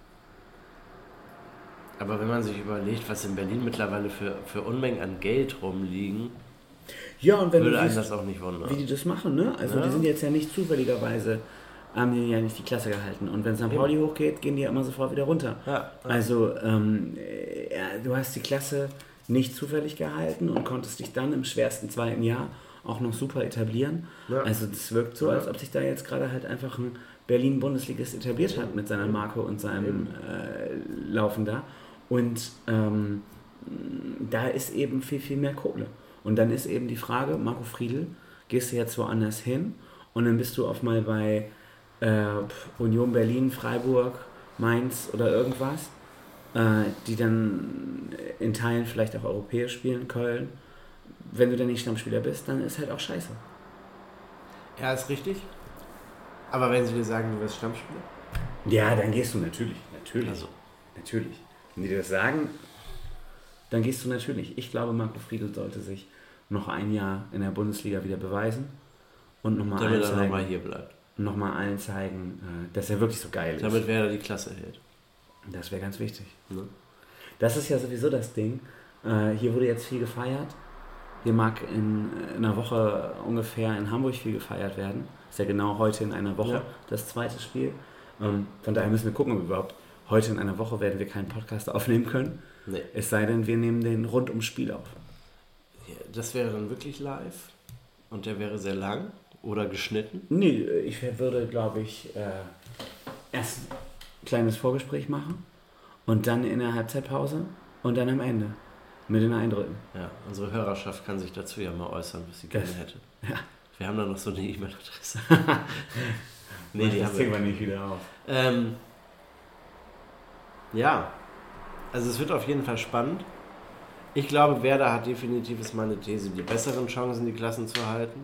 Aber wenn man sich überlegt, was in Berlin mittlerweile für, für Unmengen an Geld rumliegen, ja, und wenn würde du einen siehst, das auch nicht wundern. Wie die das machen, ne? Also ja. Die sind jetzt ja nicht zufälligerweise, haben die ja nicht die Klasse gehalten. Und wenn Sankt Pauli hochgeht, gehen die ja immer sofort wieder runter. Ja, ja. Also ähm, ja, du hast die Klasse nicht zufällig gehalten und konntest dich dann im schwersten zweiten Jahr auch noch super etablieren. Ja. Also das wirkt so, als ob sich da jetzt gerade halt einfach ein Berlin-Bundesligist etabliert hat mit seiner Marke und seinem äh, Laufen da. Und ähm, da ist eben viel, viel mehr Kohle. Und dann ist eben die Frage, Marco Friedl, gehst du jetzt woanders hin und dann bist du auf mal bei äh, Union Berlin, Freiburg, Mainz oder irgendwas, äh, die dann in Teilen vielleicht auch europäisch spielen, Köln. Wenn du dann nicht Stammspieler bist, dann ist halt auch scheiße. Ja, ist richtig. Aber wenn sie dir sagen, du wirst Stammspieler? Ja, dann gehst du natürlich. Natürlich. Also. Natürlich. Wenn die dir das sagen, dann gehst du natürlich. Ich glaube, Marco Friedl sollte sich noch ein Jahr in der Bundesliga wieder beweisen und nochmal allen zeigen, noch mal hier bleibt. Nochmal allen zeigen, dass er wirklich so geil ist. Damit wäre er die Klasse hält. Das wäre ganz wichtig. Ne? Das ist ja sowieso das Ding. Hier wurde jetzt viel gefeiert. Hier mag in, in einer Woche ungefähr in Hamburg viel gefeiert werden. Ist ja genau heute in einer Woche ja. das zweite Spiel. Von daher müssen wir gucken, ob wir überhaupt heute in einer Woche werden wir keinen Podcast aufnehmen können. Nee. Es sei denn, wir nehmen den rund ums Spiel auf. Ja, das wäre dann wirklich live und der wäre sehr lang oder geschnitten? Nee, ich würde, glaube ich, äh, erst ein kleines Vorgespräch machen und dann in der Halbzeitpause und dann am Ende mit den Eindrücken. Ja, unsere Hörerschaft kann sich dazu ja mal äußern, was sie gerne hätte. Ja. Wir haben da noch so eine E-Mail-Adresse. nee, die das kriegen wir nicht wieder auf. Ähm, ja, also es wird auf jeden Fall spannend. Ich glaube, Werder hat definitiv, ist meine These, die besseren Chancen, die Klassen zu halten.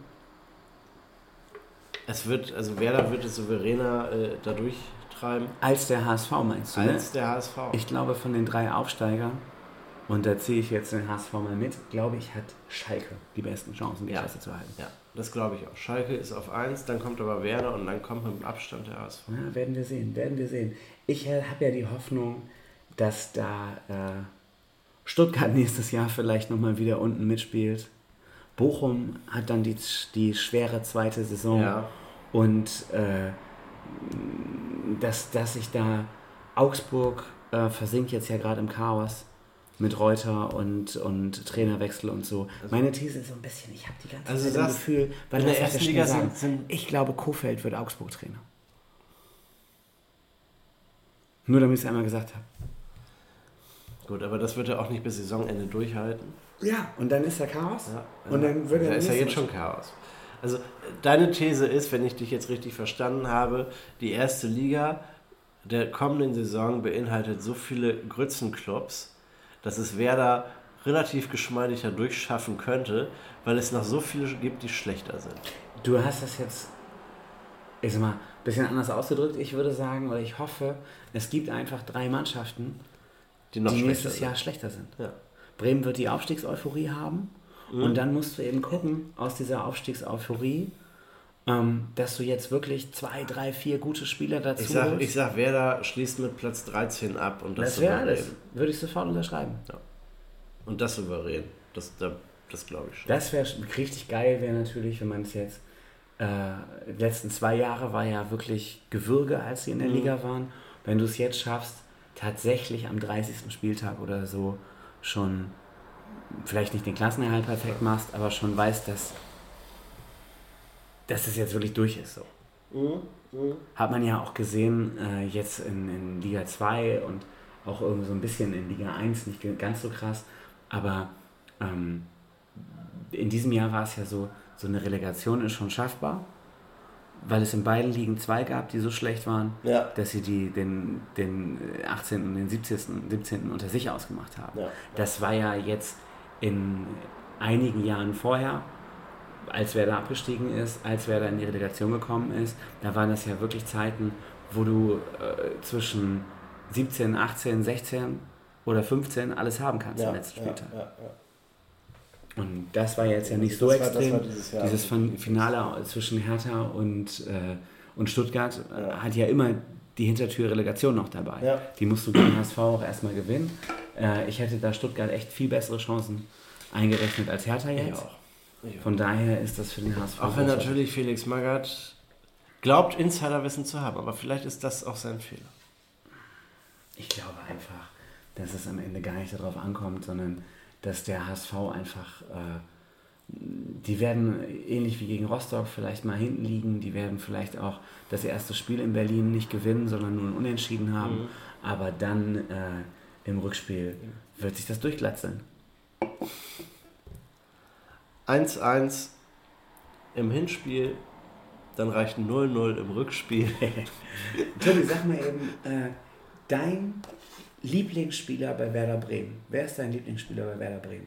Es wird, also Werder wird es souveräner äh, dadurch treiben. Als der H S V meinst du, Als ne? der H S V. Ich glaube, von den drei Aufsteigern, und da ziehe ich jetzt den H S V mal mit, glaube ich, hat Schalke die besten Chancen, die ja. Klasse zu halten. Ja, das glaube ich auch. Schalke ist auf eins, dann kommt aber Werder und dann kommt mit dem Abstand der H S V. Ja, werden wir sehen, werden wir sehen. Ich äh, habe ja die Hoffnung, dass da äh, Stuttgart nächstes Jahr vielleicht nochmal wieder unten mitspielt. Bochum hat dann die, die schwere zweite Saison. Ja. Und äh, dass, dass sich da Augsburg äh, versinkt jetzt ja gerade im Chaos mit Reuter und, und Trainerwechsel und so. Also meine These ist so ein bisschen, ich habe die ganze also Zeit das Gefühl, weil in das der ersten Liga sind, sind... Ich glaube, Kohfeldt wird Augsburg-Trainer. Nur damit ich es einmal gesagt habe. Gut, aber das wird er auch nicht bis Saisonende durchhalten. Ja, und dann ist da Chaos. Ja, und dann wird da er ist ja jetzt schon Chaos. Also deine These ist, wenn ich dich jetzt richtig verstanden habe, die erste Liga der kommenden Saison beinhaltet so viele Grützenclubs, dass es Werder relativ geschmeidig da durchschaffen könnte, weil es noch so viele gibt, die schlechter sind. Du hast das jetzt, ich sag mal, ein bisschen anders ausgedrückt. Ich würde sagen, oder ich hoffe, es gibt einfach drei Mannschaften, die, noch die nächstes sind. Jahr schlechter sind. Ja. Bremen wird die Aufstiegseuphorie haben mhm. und dann musst du eben gucken, aus dieser Aufstiegseuphorie, ähm, dass du jetzt wirklich zwei, drei, vier gute Spieler dazu ich sag, holst. Ich sag, Werder schließt mit Platz dreizehn ab. Und das, das wäre alles. Würde ich sofort unterschreiben. Ja. Und das souverän. Das, das, das glaube ich schon. Das wäre richtig geil, wäre natürlich, wenn man es jetzt äh, die letzten zwei Jahre war ja wirklich Gewürge, als sie in der mhm. Liga waren. Wenn du es jetzt schaffst, tatsächlich am dreißigsten Spieltag oder so schon vielleicht nicht den Klassenerhalt perfekt machst, aber schon weißt, dass, dass es jetzt wirklich durch ist. So. Mhm. Mhm. Hat man ja auch gesehen, äh, jetzt in, in Liga zwei und auch irgendwie so ein bisschen in Liga eins, nicht ganz so krass, aber ähm, in diesem Jahr war es ja so, so eine Relegation ist schon schaffbar, weil es in beiden Ligen zwei gab, die so schlecht waren, Ja. dass sie die, den, den achtzehnten und den siebzehnten, siebzehnten unter sich ausgemacht haben. Ja. Das war ja jetzt in einigen Jahren vorher, als Werder abgestiegen ist, als Werder in die Relegation gekommen ist, da waren das ja wirklich Zeiten, wo du äh, zwischen siebzehn, achtzehn, sechzehn oder fünfzehn alles haben kannst Ja, im letzten ja, Spieltag. ja, ja. Und das war jetzt ja nicht Das so war- das extrem. war dieses Jahr. Dieses Fin- Finale zwischen Hertha und, äh, und Stuttgart äh, Ja. hat ja immer die Hintertür-Relegation noch dabei. Ja. Die musst du gegen H S V auch erstmal gewinnen. Äh, ich hätte da Stuttgart echt viel bessere Chancen eingerechnet als Hertha Ich jetzt. auch. Ich auch. Von daher ist das für den H S V. Auch wenn großartig. natürlich Felix Magath glaubt, Insiderwissen zu haben, aber vielleicht ist das auch sein Fehler. Ich glaube einfach, dass es am Ende gar nicht darauf ankommt, sondern dass der H S V einfach, äh, die werden ähnlich wie gegen Rostock vielleicht mal hinten liegen, die werden vielleicht auch das erste Spiel in Berlin nicht gewinnen, sondern nur ein Unentschieden haben, Mhm. aber dann äh, im Rückspiel wird sich das durchglatzeln. eins eins im Hinspiel, dann reicht ein null null im Rückspiel. Tobi, sag mal eben, äh, dein Lieblingsspieler bei Werder Bremen. Wer ist dein Lieblingsspieler bei Werder Bremen?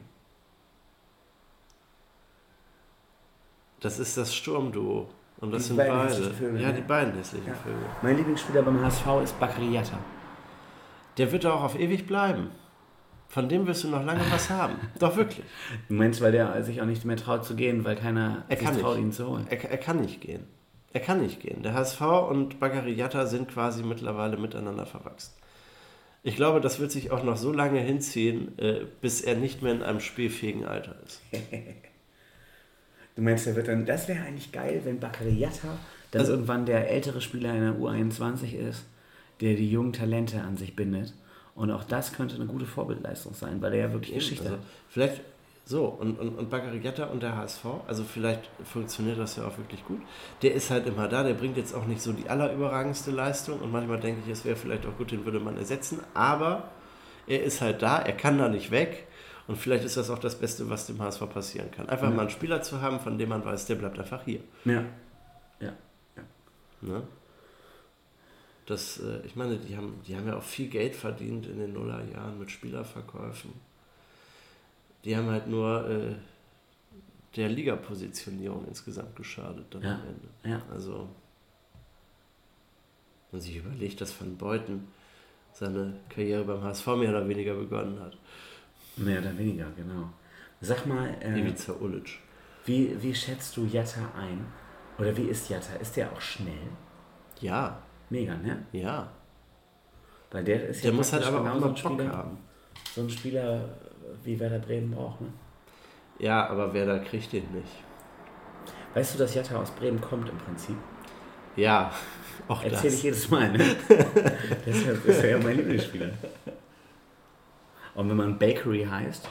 Das ist das Sturmduo. Und das Die sind beiden beide. hässlichen Vögel, ja, ne? die beiden hässlichen Ja. Vögel. Mein Lieblingsspieler beim H S V ist Bakary Yatta. Der wird auch auf ewig bleiben. Von dem wirst du noch lange was haben. Doch wirklich. Du meinst, weil der sich auch nicht mehr traut zu gehen, weil keiner Er sich kann traut, nicht. ihn zu holen. Er, er kann nicht gehen. Er kann nicht gehen. Der H S V und Bakary Yatta sind quasi mittlerweile miteinander verwachsen. Ich glaube, das wird sich auch noch so lange hinziehen, äh, bis er nicht mehr in einem spielfähigen Alter ist. Du meinst, der wird dann, das wäre eigentlich geil, wenn Bakary Yatta dann Also- irgendwann der ältere Spieler in der U einundzwanzig ist, der die jungen Talente an sich bindet. Und auch das könnte eine gute Vorbildleistung sein, weil er ja wirklich Geschichte Also, hat. vielleicht so, und, und, und Bakary Yatta und der H S V, also vielleicht funktioniert das ja auch wirklich gut. Der ist halt immer da, der bringt jetzt auch nicht so die allerüberragendste Leistung und manchmal denke ich, es wäre vielleicht auch gut, den würde man ersetzen, aber er ist halt da, er kann da nicht weg und vielleicht ist das auch das Beste, was dem H S V passieren kann. Einfach Ja. mal einen Spieler zu haben, von dem man weiß, der bleibt einfach hier. Ja. Ja. Ne? Das, äh, ich meine, die haben, die haben ja auch viel Geld verdient in den Nullerjahren mit Spielerverkäufen. Die haben halt nur äh, der Ligapositionierung insgesamt geschadet dann Ja. am Ende. Ja. Also, wenn man sich überlegt, dass Van Beuten seine Karriere beim H S V mehr oder weniger begonnen hat. Mehr oder weniger, genau. Sag mal, äh, Ivica Ulic. wie, wie schätzt du Yatta ein? Oder wie ist Yatta? Ist der auch schnell? Ja, Mega, ne? ja. Weil der ist Der ja muss halt praktisch aber auch genau mal so ein Bock Spieler, haben. so ein Spieler, wie Werder Bremen braucht, ne? Ja, aber wer da kriegt den nicht. Weißt du, dass Yatta aus Bremen kommt im Prinzip? Ja, auch Erzähle ich das. jedes Mal, ne? Deshalb ist er ja mein Lieblingsspieler. Und wenn man Bakery heißt,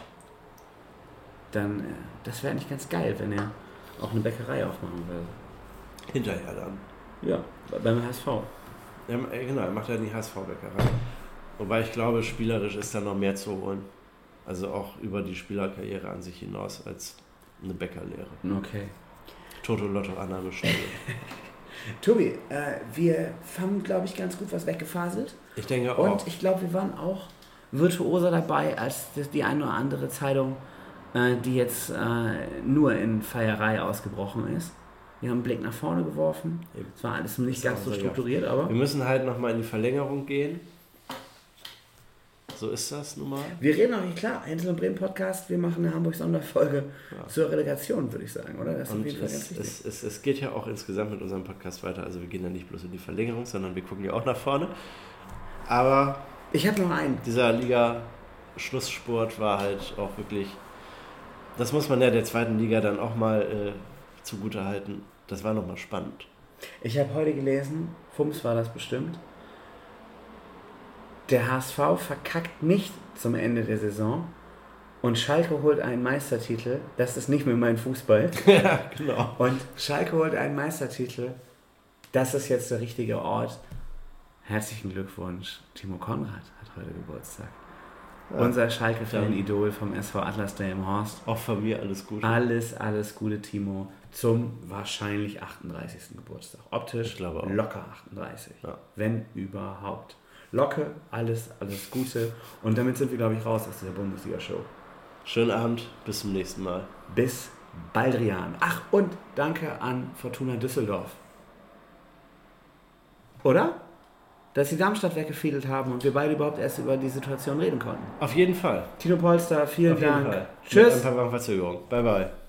dann, äh, das wäre eigentlich ganz geil, wenn er auch eine Bäckerei aufmachen würde. Hinterher dann. Ja, beim H S V. Ja, genau, er macht ja die H S V-Bäckerei. Wobei ich glaube, spielerisch ist da noch mehr zu holen. Also auch über die Spielerkarriere an sich hinaus als eine Bäckerlehre. Okay. Toto Lotto Annahmestelle. Tobi, äh, wir haben, glaube ich, ganz gut was weggefaselt. Ich denke auch. Und ich glaube, wir waren auch virtuoser dabei als das- die eine oder andere Zeitung, äh, die jetzt äh, nur in Feierei ausgebrochen ist. Wir haben einen Blick nach vorne geworfen. Eben. Es war alles nicht Ist ganz auch so so, ja. strukturiert, aber Wir müssen halt nochmal in die Verlängerung gehen. So ist das nun mal. wir reden auch nicht klar. Hänsel und Bremen Podcast, wir machen eine Hamburg-Sonderfolge Ja. zur Relegation, würde ich sagen, oder? Das ist auf Und jeden Fall ganz es, wichtig. es, es, es geht ja auch insgesamt mit unserem Podcast weiter. Also wir gehen ja nicht bloß in die Verlängerung, sondern wir gucken ja auch nach vorne. Aber Ich habe noch einen. dieser Liga-Schlussspurt war halt auch wirklich, das muss man ja der zweiten Liga dann auch mal äh, zugute halten. Das war nochmal spannend. Ich habe heute gelesen, Fums war das bestimmt, der H S V verkackt nicht zum Ende der Saison und Schalke holt einen Meistertitel. Das ist nicht mehr mein Fußball. Ja, genau. Und Schalke holt einen Meistertitel. Das ist jetzt der richtige Ort. Herzlichen Glückwunsch. Timo Konrad hat heute Geburtstag. Ja. Unser Schalke-Fan-Idol vom S V Atlas Delmenhorst. Auch von mir alles Gute. Alles, alles Gute, Timo, zum wahrscheinlich achtunddreißigsten Geburtstag. Optisch Ich glaube auch. locker achtunddreißig, Ja. wenn überhaupt. Locke, alles, alles Gute. Und damit sind wir, glaube ich, raus aus der Bundesliga-Show. Schönen Abend, bis zum nächsten Mal. Bis Baldrian. Ach, und danke an Fortuna Düsseldorf. Oder? Dass sie Darmstadt weggefädelt haben und wir beide überhaupt erst über die Situation reden konnten. Auf jeden Fall. Tino Polster, vielen Auf jeden Dank. Fall. Tschüss. Mit ein paar Verzögerung. Bye, bye.